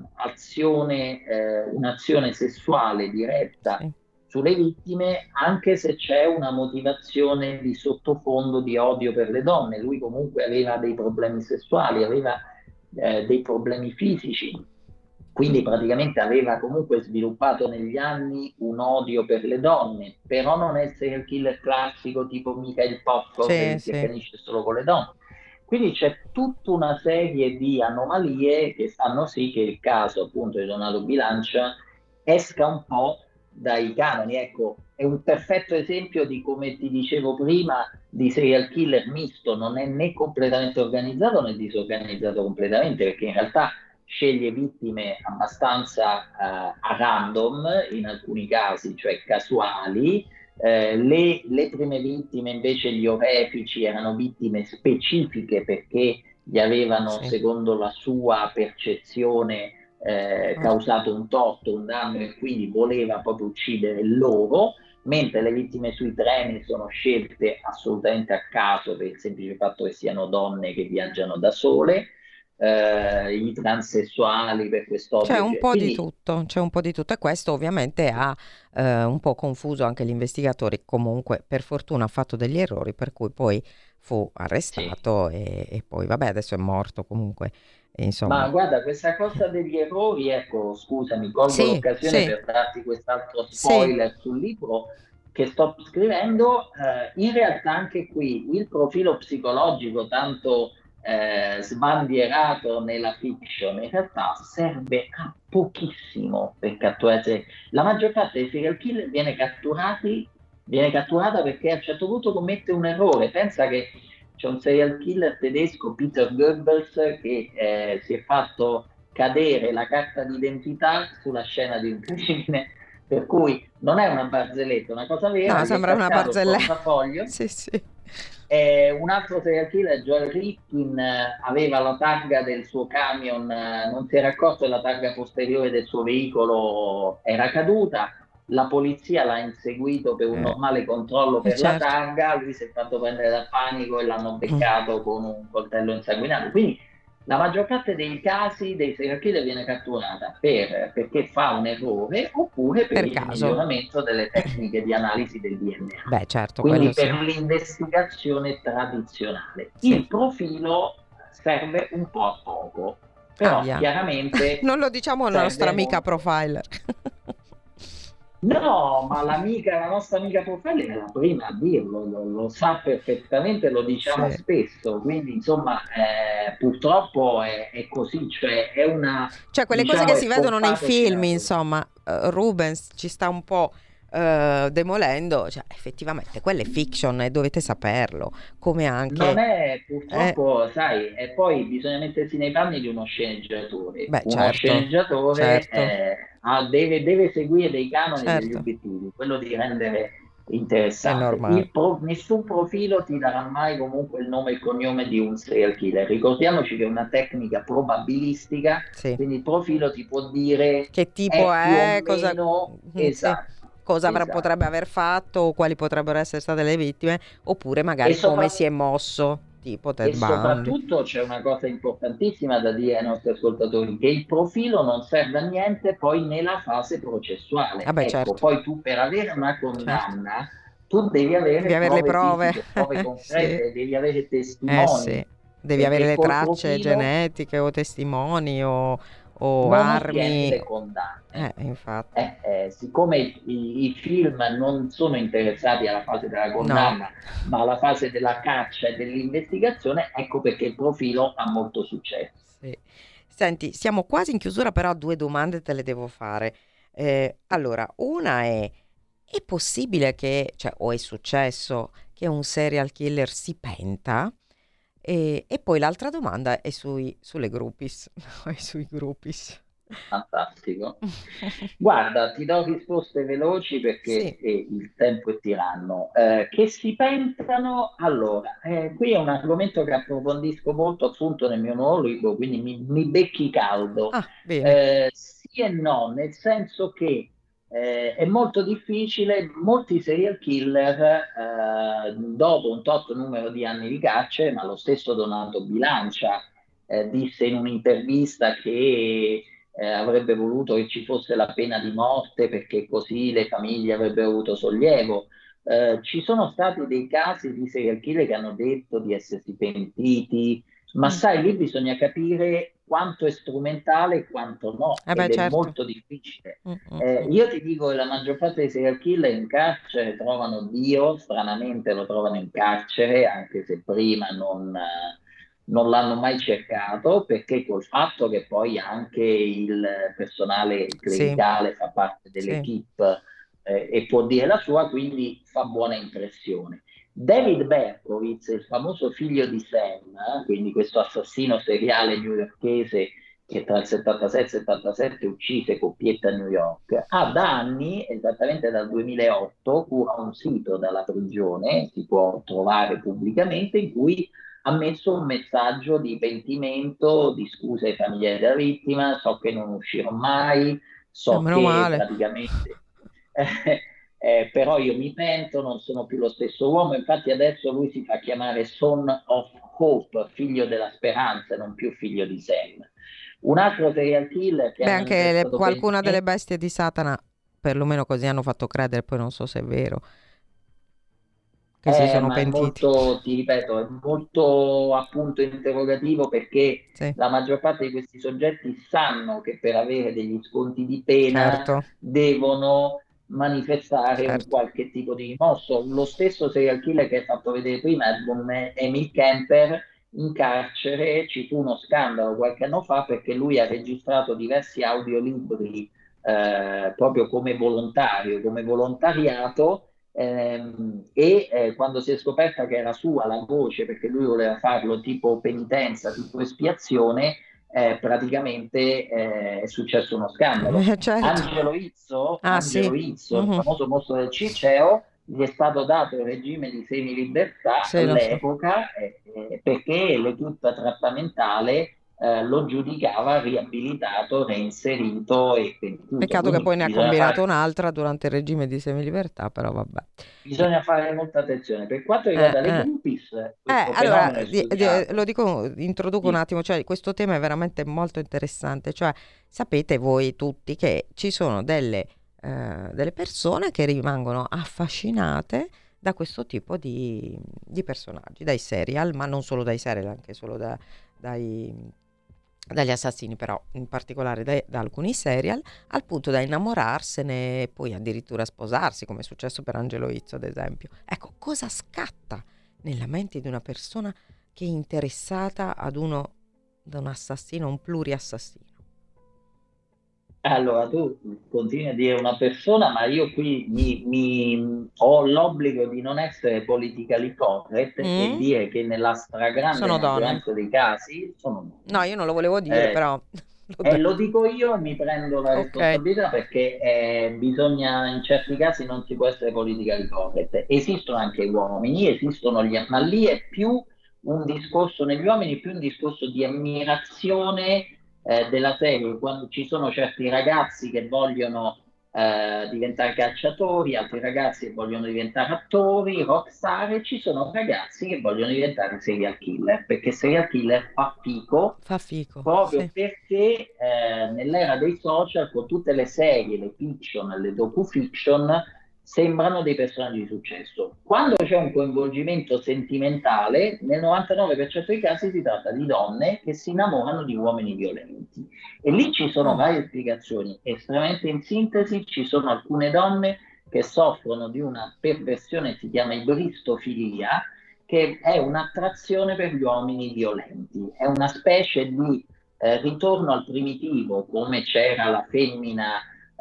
Speaker 3: un'azione sessuale diretta
Speaker 2: Sì.
Speaker 3: sulle vittime, anche se c'è una motivazione di sottofondo di odio per le donne. Lui comunque aveva dei problemi sessuali, aveva dei problemi fisici, quindi praticamente aveva comunque sviluppato negli anni un odio per le donne, però non è il serial killer classico tipo Mikhail Poffo che si accanisce solo con le donne. Quindi c'è tutta una serie di anomalie che fanno sì che il caso appunto di Donato Bilancia esca un po' dai canoni. Ecco, è un perfetto esempio di, come ti dicevo prima, di serial killer misto, non è né completamente organizzato né disorganizzato completamente, perché in realtà sceglie vittime abbastanza a random in alcuni casi, cioè casuali. Le prime vittime invece, gli orefici, erano vittime specifiche perché gli avevano, secondo la sua percezione, causato un torto, un danno, e quindi voleva proprio uccidere loro, mentre le vittime sui treni sono scelte assolutamente a caso per il semplice fatto che siano donne che viaggiano da sole. I transessuali per quest'odio.
Speaker 2: C'è un po' di tutto, e questo ovviamente ha un po' confuso anche gli investigatori. Comunque per fortuna ha fatto degli errori, per cui poi fu arrestato e poi vabbè, adesso è morto comunque, insomma.
Speaker 3: Ma guarda, questa cosa degli errori, ecco, scusami, colgo l'occasione per darti quest'altro spoiler sul libro che sto scrivendo. In realtà anche qui il profilo psicologico tanto sbandierato nella fiction in realtà serve a pochissimo per catturare. La maggior parte dei serial killer viene catturata perché a un certo punto commette un errore. Pensa che c'è un serial killer tedesco, Peter Goebbels, che si è fatto cadere la carta d'identità sulla scena di un crimine, per cui non è una barzelletta, una cosa vera.
Speaker 2: No, sembra una barzelletta.
Speaker 3: Portafoglio.
Speaker 2: Sì.
Speaker 3: Un altro serial killer, Joel Rifkin, aveva la targa del suo camion, non si era accorto che la targa posteriore del suo veicolo era caduta. La polizia l'ha inseguito per un normale controllo per la targa, lui si è fatto prendere dal panico e l'hanno beccato con un coltello insanguinato. Quindi la maggior parte dei casi dei serial killer viene catturata perché fa un errore, oppure per il miglioramento delle tecniche di analisi del DNA.
Speaker 2: Beh, certo,
Speaker 3: quindi per l'investigazione tradizionale. Il profilo serve un po' a poco, però chiaramente
Speaker 2: non lo diciamo alla nostra amica profiler.
Speaker 3: No, ma la nostra amica profiler è la prima a dirlo, lo sa perfettamente, lo diciamo spesso, quindi insomma purtroppo è così, cioè è una...
Speaker 2: Cioè quelle cose che si vedono nei film, insomma, Rubens ci sta un po' demolendo, cioè effettivamente quella è fiction e dovete saperlo, come anche...
Speaker 3: Non è, purtroppo, sai, e poi bisogna mettersi nei panni di uno sceneggiatore. Sceneggiatore deve seguire dei canoni, degli obiettivi, quello di rendere interessante. Nessun profilo ti darà mai comunque il nome e il cognome di un serial killer. Ricordiamoci che è una tecnica probabilistica, quindi il profilo ti può dire
Speaker 2: che tipo è,
Speaker 3: cosa...
Speaker 2: cosa potrebbe aver fatto, quali potrebbero essere state le vittime, oppure magari come si è mosso, tipo Ted Bundy.
Speaker 3: Soprattutto c'è una cosa importantissima da dire ai nostri ascoltatori, che il profilo non serve a niente poi nella fase processuale. Poi tu per avere una condanna tu devi avere
Speaker 2: le prove
Speaker 3: concrete, devi avere testimoni.
Speaker 2: Devi avere le tracce genetiche o testimoni o armi.
Speaker 3: Le condanne.
Speaker 2: Infatti.
Speaker 3: Siccome i film non sono interessati alla fase della condanna, ma alla fase della caccia e dell'investigazione, ecco perché il profilo ha molto successo.
Speaker 2: Senti, siamo quasi in chiusura, però 2 domande te le devo fare. Allora, una è è possibile che, cioè, o è successo che un serial killer si penta? E poi l'altra domanda è sulle groupies, e sui groupies.
Speaker 3: Fantastico. Guarda, ti do risposte veloci perché
Speaker 2: Sì,
Speaker 3: il tempo è tiranno. Che si pentano? Allora, qui è un argomento che approfondisco molto appunto nel mio nuovo libro, quindi mi becchi caldo.
Speaker 2: bene.
Speaker 3: Sì e no, nel senso che è molto difficile, molti serial killer, dopo un tot numero di anni di carcere, ma lo stesso Donato Bilancia disse in un'intervista che avrebbe voluto che ci fosse la pena di morte perché così le famiglie avrebbero avuto sollievo. Ci sono stati dei casi di serial killer che hanno detto di essersi pentiti, ma
Speaker 2: Mm.
Speaker 3: sai, lì bisogna capire quanto è strumentale e quanto no,
Speaker 2: Beh,
Speaker 3: ed è
Speaker 2: certo.
Speaker 3: molto difficile.
Speaker 2: Mm, mm.
Speaker 3: Io ti dico che la maggior parte dei serial killer in carcere trovano Dio, stranamente lo trovano in carcere, anche se prima non l'hanno mai cercato, perché col fatto che poi anche il personale
Speaker 2: Sì,
Speaker 3: clericale fa parte
Speaker 2: sì.
Speaker 3: dell'equipe e può dire la sua, quindi fa buona impressione. David Berkowitz, il famoso figlio di Sam, quindi questo assassino seriale newyorkese che tra il 76 e il 77 uccise coppietta a New York, ha da anni, esattamente dal 2008, cura un sito dalla prigione, si può trovare pubblicamente, in cui ha messo un messaggio di pentimento, di scuse ai familiari della vittima, so che non uscirò mai, so
Speaker 2: Meno
Speaker 3: che
Speaker 2: male.
Speaker 3: praticamente però io mi pento, non sono più lo stesso uomo, infatti adesso lui si fa chiamare Son of Hope, figlio della speranza, non più figlio di Sam. Un altro serial killer che
Speaker 2: Beh,
Speaker 3: ha
Speaker 2: anche
Speaker 3: manifestato
Speaker 2: qualcuna delle
Speaker 3: pentimento.
Speaker 2: bestie di Satana, perlomeno così hanno fatto credere, poi non so se è vero, che si sono
Speaker 3: Ma è
Speaker 2: pentiti.
Speaker 3: molto, ti ripeto, è molto appunto interrogativo perché
Speaker 2: Sì,
Speaker 3: la maggior parte di questi soggetti sanno che per avere degli sconti di pena
Speaker 2: certo,
Speaker 3: devono manifestare un
Speaker 2: certo.
Speaker 3: qualche tipo di rimosso. Lo stesso serial killer che hai fatto vedere prima, Emil Kemper, in carcere ci fu uno scandalo qualche anno fa perché lui ha registrato diversi audiolibri proprio come volontario, come volontariato quando si è scoperta che era sua la voce, perché lui voleva farlo tipo penitenza, tipo espiazione, praticamente è successo uno scandalo.
Speaker 2: Certo. Ah,
Speaker 3: Angelo
Speaker 2: sì.
Speaker 3: Izzo, il
Speaker 2: Mhm.
Speaker 3: famoso mostro del Circeo, gli è stato dato il regime di semilibertà
Speaker 2: Sì, lo so.
Speaker 3: all'epoca perché l'equipe trattamentale lo giudicava riabilitato, reinserito e pentito.
Speaker 2: Peccato che
Speaker 3: Quindi
Speaker 2: poi ne ha combinato un'altra durante il regime di semilibertà, però vabbè. Eh,
Speaker 3: bisogna fare molta attenzione. Per quanto riguarda le
Speaker 2: eh.
Speaker 3: groupies, questo
Speaker 2: Allora,
Speaker 3: fenomeno è studiato.
Speaker 2: lo dico, introduco un
Speaker 3: Sì.
Speaker 2: attimo, cioè questo tema è veramente molto interessante, cioè sapete voi tutti che ci sono delle persone che rimangono affascinate da questo tipo di personaggi, dai serial, ma non solo dai serial, anche solo dai, dagli assassini, però in particolare da alcuni serial, al punto da innamorarsene e poi addirittura sposarsi, come è successo per Angelo Izzo, ad esempio. Ecco, cosa scatta nella mente di una persona che è interessata da un assassino, un pluriassassino?
Speaker 3: Allora, tu continui a dire una persona, ma io qui ho l'obbligo di non essere politically correct e
Speaker 2: Mm?
Speaker 3: dire che nella stragrande
Speaker 2: Sono donne.
Speaker 3: maggioranza dei casi sono
Speaker 2: No,
Speaker 3: donne.
Speaker 2: io non lo volevo dire,
Speaker 3: Eh,
Speaker 2: però l'ho
Speaker 3: E lo
Speaker 2: detto.
Speaker 3: dico io, mi prendo la
Speaker 2: Ok,
Speaker 3: responsabilità perché bisogna, in certi casi non si può essere politically correct. Esistono anche uomini, ma lì è più un discorso, negli uomini, più un discorso di ammirazione della serie, quando ci sono certi ragazzi che vogliono diventare calciatori, altri ragazzi che vogliono diventare attori, rockstar, e ci sono ragazzi che vogliono diventare serial killer, perché serial killer fa fico
Speaker 2: fa fico,
Speaker 3: proprio
Speaker 2: sì.
Speaker 3: perché nell'era dei social, con tutte le serie, le fiction, le docu-fiction, sembrano dei personaggi di successo. Quando c'è un coinvolgimento sentimentale, nel 99% dei casi si tratta di donne che si innamorano di uomini violenti. E lì ci sono
Speaker 2: Mm.
Speaker 3: varie spiegazioni. Estremamente in sintesi, ci sono alcune donne che soffrono di una perversione, si chiama ibristofilia, che è un'attrazione per gli uomini violenti, è una specie di ritorno al primitivo, come c'era la femmina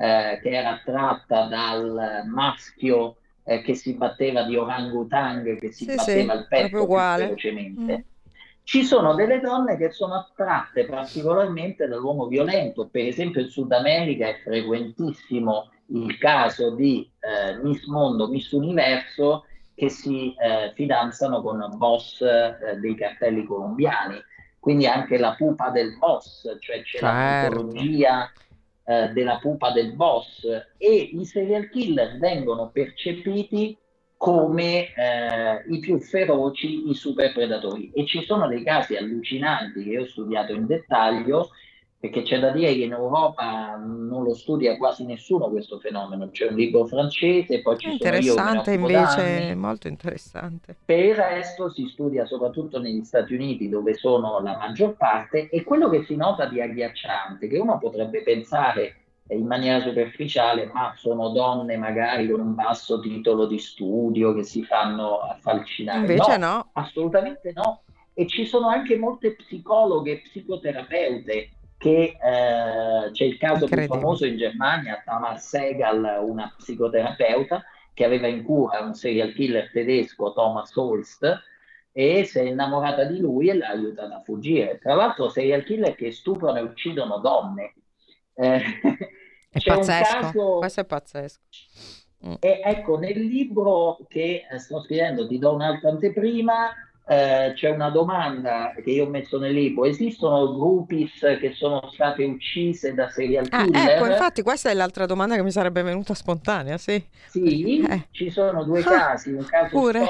Speaker 3: che era tratta dal maschio che si batteva di orangutang, che si
Speaker 2: Sì,
Speaker 3: batteva
Speaker 2: sì,
Speaker 3: il
Speaker 2: proprio
Speaker 3: petto più
Speaker 2: uguale. Mm.
Speaker 3: ferocemente. Ci sono delle donne che sono attratte particolarmente dall'uomo violento, per esempio in Sud America è frequentissimo il caso di Miss Mondo, Miss Universo che si fidanzano con boss dei cartelli colombiani, quindi anche la pupa del boss, cioè c'è la
Speaker 2: Certo,
Speaker 3: mitologia della pupa del boss e i serial killer vengono percepiti come i più feroci, i super predatori. E ci sono dei casi allucinanti che io ho studiato in dettaglio, perché c'è da dire che in Europa non lo studia quasi nessuno questo fenomeno. C'è un libro francese, poi
Speaker 2: è
Speaker 3: ci sono io che me ne
Speaker 2: interessante
Speaker 3: occupo da
Speaker 2: invece,
Speaker 3: anni.
Speaker 2: molto interessante.
Speaker 3: Per il resto si studia soprattutto negli Stati Uniti, dove sono la maggior parte, e quello che si nota di agghiacciante, che uno potrebbe pensare in maniera superficiale, ma sono donne magari con un basso titolo di studio che si fanno affalcinare.
Speaker 2: Invece
Speaker 3: No,
Speaker 2: no,
Speaker 3: assolutamente no. E ci sono anche molte psicologhe e psicoterapeute che c'è il caso più
Speaker 2: incredibile.
Speaker 3: famoso in Germania, Tamar Segal, una psicoterapeuta che aveva in cura un serial killer tedesco, Thomas Holst, e si è innamorata di lui e l'ha aiutata a fuggire. Tra l'altro, serial killer che stuprano e uccidono donne. Eh,
Speaker 2: È
Speaker 3: c'è un
Speaker 2: pazzesco,
Speaker 3: caso,
Speaker 2: questo è pazzesco. Mm.
Speaker 3: e ecco, nel libro che sto scrivendo, ti do un'altra anteprima, c'è una domanda che io ho messo nel libro. Esistono groupies che sono state uccise da serial
Speaker 2: Ecco,
Speaker 3: killer?
Speaker 2: infatti questa è l'altra domanda che mi sarebbe venuta spontanea, sì.
Speaker 3: Sì, ci sono due
Speaker 2: Ah,
Speaker 3: casi,
Speaker 2: pure.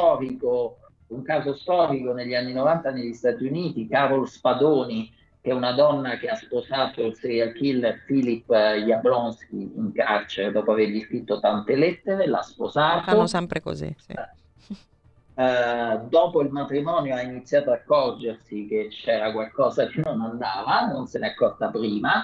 Speaker 3: un caso storico negli anni 90 negli Stati Uniti, Carol Spadoni, che è una donna che ha sposato il serial killer Philip Jablonski in carcere dopo avergli scritto tante lettere, l'ha
Speaker 2: Fanno
Speaker 3: sposato.
Speaker 2: sempre così, sì.
Speaker 3: Dopo il matrimonio ha iniziato a accorgersi che c'era qualcosa che non andava, non se n'è accorta prima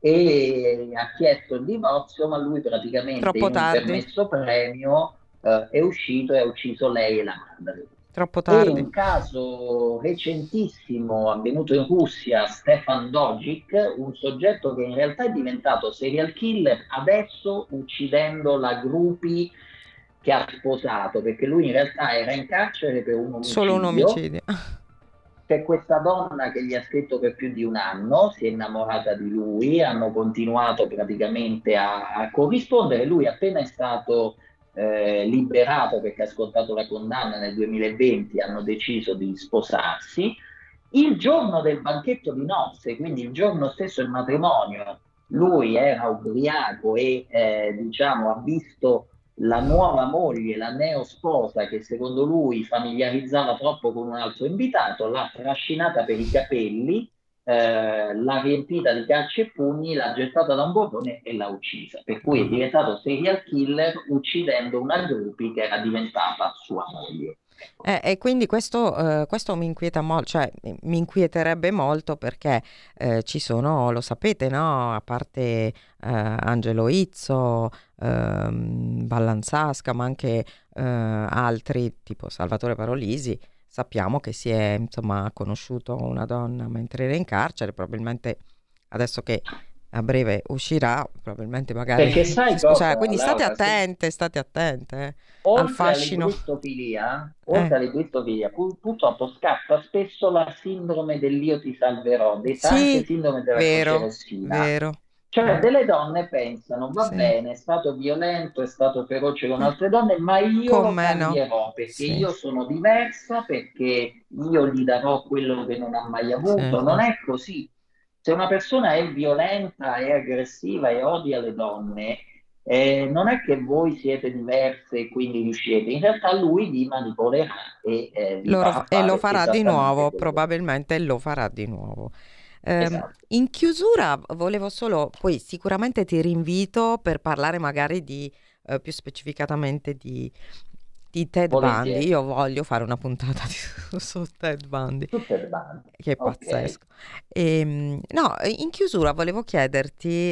Speaker 3: e ha chiesto il divorzio, ma lui praticamente
Speaker 2: Troppo
Speaker 3: in un
Speaker 2: tardi,
Speaker 3: permesso premio è uscito e ha ucciso lei e la madre.
Speaker 2: troppo
Speaker 3: E
Speaker 2: tardi.
Speaker 3: un caso recentissimo avvenuto in Russia, Stefan Dogic, un soggetto che in realtà è diventato serial killer, adesso uccidendo la groupie che ha sposato, perché lui in realtà era in carcere per un
Speaker 2: Solo un
Speaker 3: omicidio.
Speaker 2: omicidio.
Speaker 3: C'è questa donna che gli ha scritto per più di un anno, si è innamorata di lui, hanno continuato praticamente a corrispondere. Lui appena è stato liberato perché ha scontato la condanna nel 2020, hanno deciso di sposarsi. Il giorno del banchetto di nozze, quindi il giorno stesso del matrimonio, lui era ubriaco e diciamo ha visto la nuova moglie, la neosposa, che secondo lui familiarizzava troppo con un altro invitato, l'ha trascinata per i capelli, l'ha riempita di calci e pugni, l'ha gettata da un portone e l'ha uccisa. Per cui è diventato serial killer uccidendo una groupie che era diventata sua moglie. Ecco.
Speaker 2: E quindi questo mi inquieta molto, cioè mi inquieterebbe molto perché ci sono, lo sapete, no? A parte Angelo Izzo, Vallanzasca, ma anche altri, tipo Salvatore Parolisi, sappiamo che si è insomma conosciuto una donna mentre era in carcere, probabilmente adesso che a breve uscirà, probabilmente magari
Speaker 3: Perché
Speaker 2: si
Speaker 3: sai
Speaker 2: sposerà.
Speaker 3: cosa,
Speaker 2: Quindi
Speaker 3: Laura?
Speaker 2: state attente al fascino.
Speaker 3: Oltre all'ibristofilia, purtroppo scatta spesso la sindrome dell'io ti salverò, detta anche
Speaker 2: Sì,
Speaker 3: sindrome della croce
Speaker 2: vero,
Speaker 3: rossina.
Speaker 2: vero.
Speaker 3: Cioè, delle donne pensano, va
Speaker 2: Sì,
Speaker 3: bene, è stato violento, è stato feroce con altre donne, ma io
Speaker 2: con
Speaker 3: lo
Speaker 2: me no.
Speaker 3: cambierò perché
Speaker 2: Sì,
Speaker 3: io sono diversa, perché io gli darò quello che non ha mai
Speaker 2: sì,
Speaker 3: avuto. Non è così. Se una persona è violenta, è aggressiva e odia le donne, non è che voi siete diverse e quindi riuscite, in realtà lui vi manipolerà e vi farà
Speaker 2: E lo
Speaker 3: fare
Speaker 2: farà di
Speaker 3: esattamente
Speaker 2: nuovo,
Speaker 3: quello che vuole.
Speaker 2: probabilmente lo farà di nuovo.
Speaker 3: Esatto.
Speaker 2: In chiusura volevo solo, poi sicuramente ti rinvito per parlare magari di più specificatamente di Ted Bundy.
Speaker 3: Volentieri.
Speaker 2: Io voglio fare una puntata su Ted Bundy,
Speaker 3: Tutte le bande.
Speaker 2: che è
Speaker 3: Ok.
Speaker 2: pazzesco. No, in chiusura volevo chiederti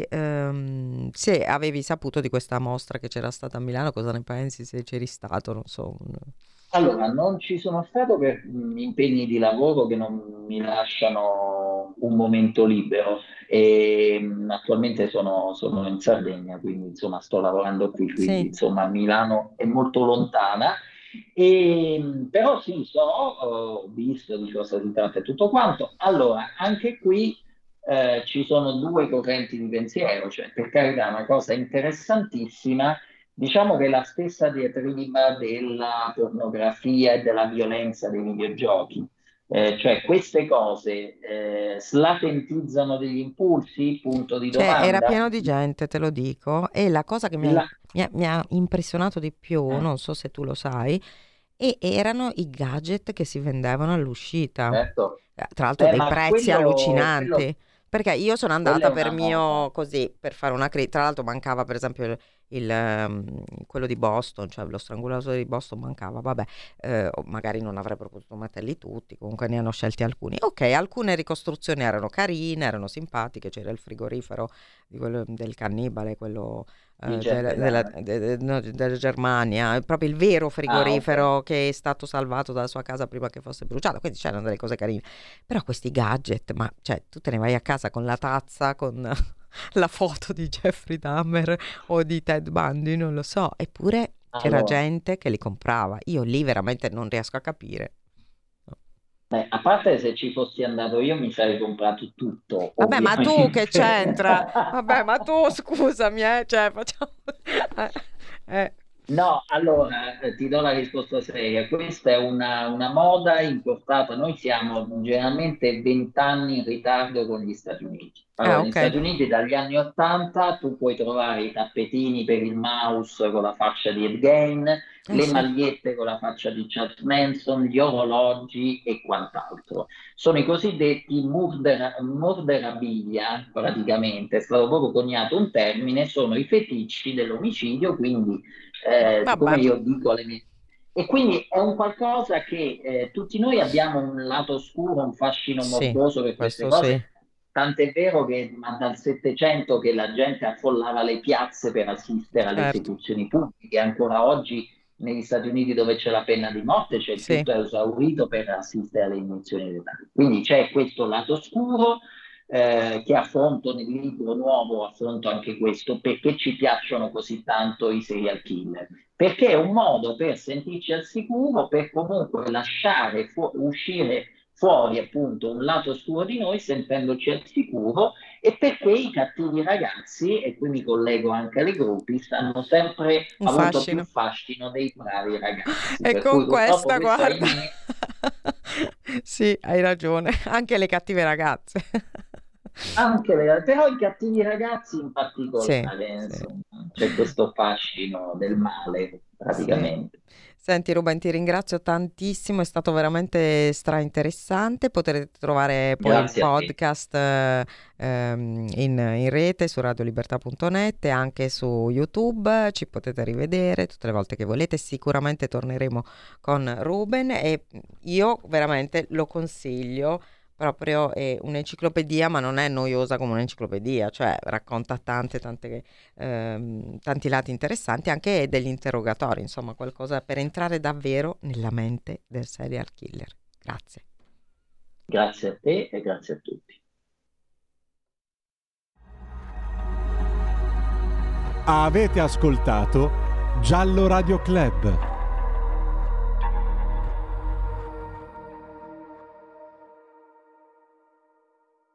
Speaker 2: se avevi saputo di questa mostra che c'era stata a Milano, cosa ne pensi, se c'eri stato, non so.
Speaker 3: Allora, non ci sono stato per impegni di lavoro che non mi lasciano un momento libero e attualmente sono in Sardegna, quindi insomma sto lavorando qui, quindi
Speaker 2: Sì.
Speaker 3: insomma Milano è molto lontana. Però sì, ho visto di cosa si tratta e tutto quanto. Allora, anche qui ci sono due correnti di pensiero, cioè per carità è una cosa interessantissima. Diciamo che la stessa diatriba della pornografia e della violenza dei videogiochi, cioè queste cose slatentizzano degli impulsi? Punto di
Speaker 2: Cioè, era
Speaker 3: domanda.
Speaker 2: pieno di gente, te lo dico, e la cosa che
Speaker 3: La-
Speaker 2: mi ha impressionato di più,
Speaker 3: eh,
Speaker 2: non so se tu lo sai, erano i gadget che si vendevano all'uscita.
Speaker 3: certo.
Speaker 2: Tra l'altro dei
Speaker 3: Ma
Speaker 2: prezzi
Speaker 3: quello
Speaker 2: allucinanti. Perché io sono
Speaker 3: quella è
Speaker 2: andata per
Speaker 3: una moda.
Speaker 2: mio così, per fare una critica. Tra l'altro mancava per esempio quello di Boston, cioè lo strangulatore di Boston mancava. Vabbè, o magari non avrebbero potuto metterli tutti, comunque ne hanno scelti alcuni. Ok, alcune ricostruzioni erano carine, erano simpatiche. C'era il frigorifero del cannibale, quello
Speaker 3: Di Jeffrey Dahmer.
Speaker 2: no, della Germania, proprio il vero
Speaker 3: Ah, ok.
Speaker 2: frigorifero che è stato salvato dalla sua casa prima che fosse bruciato. Quindi c'erano delle cose carine. Però questi gadget, ma cioè tu te ne vai a casa con la tazza, con la foto di Jeffrey Dahmer o di Ted Bundy, non lo so, eppure c'era
Speaker 3: Allora,
Speaker 2: gente che li comprava. Io lì veramente non riesco a capire. No.
Speaker 3: beh, a parte se ci fossi andato io mi sarei comprato tutto,
Speaker 2: Vabbè, ma tu che
Speaker 3: ovviamente.
Speaker 2: c'entra? Vabbè, ma tu scusami, cioè facciamo... eh,
Speaker 3: No, allora ti do la risposta seria. Questa è una moda importata. Noi siamo generalmente 20 anni in ritardo con gli Stati Uniti. Allora, negli
Speaker 2: ok.
Speaker 3: Stati Uniti dagli anni 80 tu puoi trovare i tappetini per il mouse con la faccia di Ed Gein, le
Speaker 2: Sì,
Speaker 3: magliette con la faccia di Charles Manson, gli orologi e quant'altro. Sono i cosiddetti murderabilia, praticamente. È stato proprio coniato un termine, sono i feticci dell'omicidio, quindi siccome
Speaker 2: vabbè,
Speaker 3: io dico le mie... E quindi è un qualcosa che tutti noi abbiamo un lato oscuro, un fascino
Speaker 2: sì,
Speaker 3: morboso per queste
Speaker 2: questo sì,
Speaker 3: cose, tant'è vero che ma dal Settecento che la gente affollava le piazze per assistere alle
Speaker 2: certo,
Speaker 3: esecuzioni pubbliche, ancora oggi negli Stati Uniti dove c'è la pena di morte c'è il
Speaker 2: sì.
Speaker 3: tutto esaurito per assistere alle iniezioni letali. Quindi c'è questo lato oscuro che affronto nel libro nuovo, affronto anche questo, perché ci piacciono così tanto i serial killer. Perché è un modo per sentirci al sicuro, per comunque lasciare uscire fuori appunto un lato oscuro di noi sentendoci al sicuro e perché i cattivi ragazzi, e qui mi collego anche alle gruppi, hanno sempre
Speaker 2: Un
Speaker 3: avuto più
Speaker 2: fascino.
Speaker 3: fascino dei bravi ragazzi,
Speaker 2: E
Speaker 3: per cui
Speaker 2: con
Speaker 3: purtroppo
Speaker 2: questa,
Speaker 3: questo
Speaker 2: guarda,
Speaker 3: ahimè.
Speaker 2: sì, hai ragione, anche le cattive ragazze.
Speaker 3: Però i cattivi ragazzi in
Speaker 2: Sì,
Speaker 3: particolare,
Speaker 2: sì,
Speaker 3: insomma, c'è questo fascino del male,
Speaker 2: sì.
Speaker 3: praticamente.
Speaker 2: Senti Ruben, ti ringrazio tantissimo, è stato veramente stra-interessante. Potrete trovare poi il
Speaker 3: Grazie a te.
Speaker 2: podcast in rete su radiolibertà.net e anche su YouTube, ci potete rivedere tutte le volte che volete. Sicuramente torneremo con Ruben e io veramente lo consiglio. Proprio è un'enciclopedia, ma non è noiosa come un'enciclopedia, cioè racconta tanti lati interessanti, anche degli interrogatori, insomma, qualcosa per entrare davvero nella mente del serial killer. Grazie.
Speaker 3: Grazie a te e grazie a tutti.
Speaker 1: Avete ascoltato Giallo Radio Club.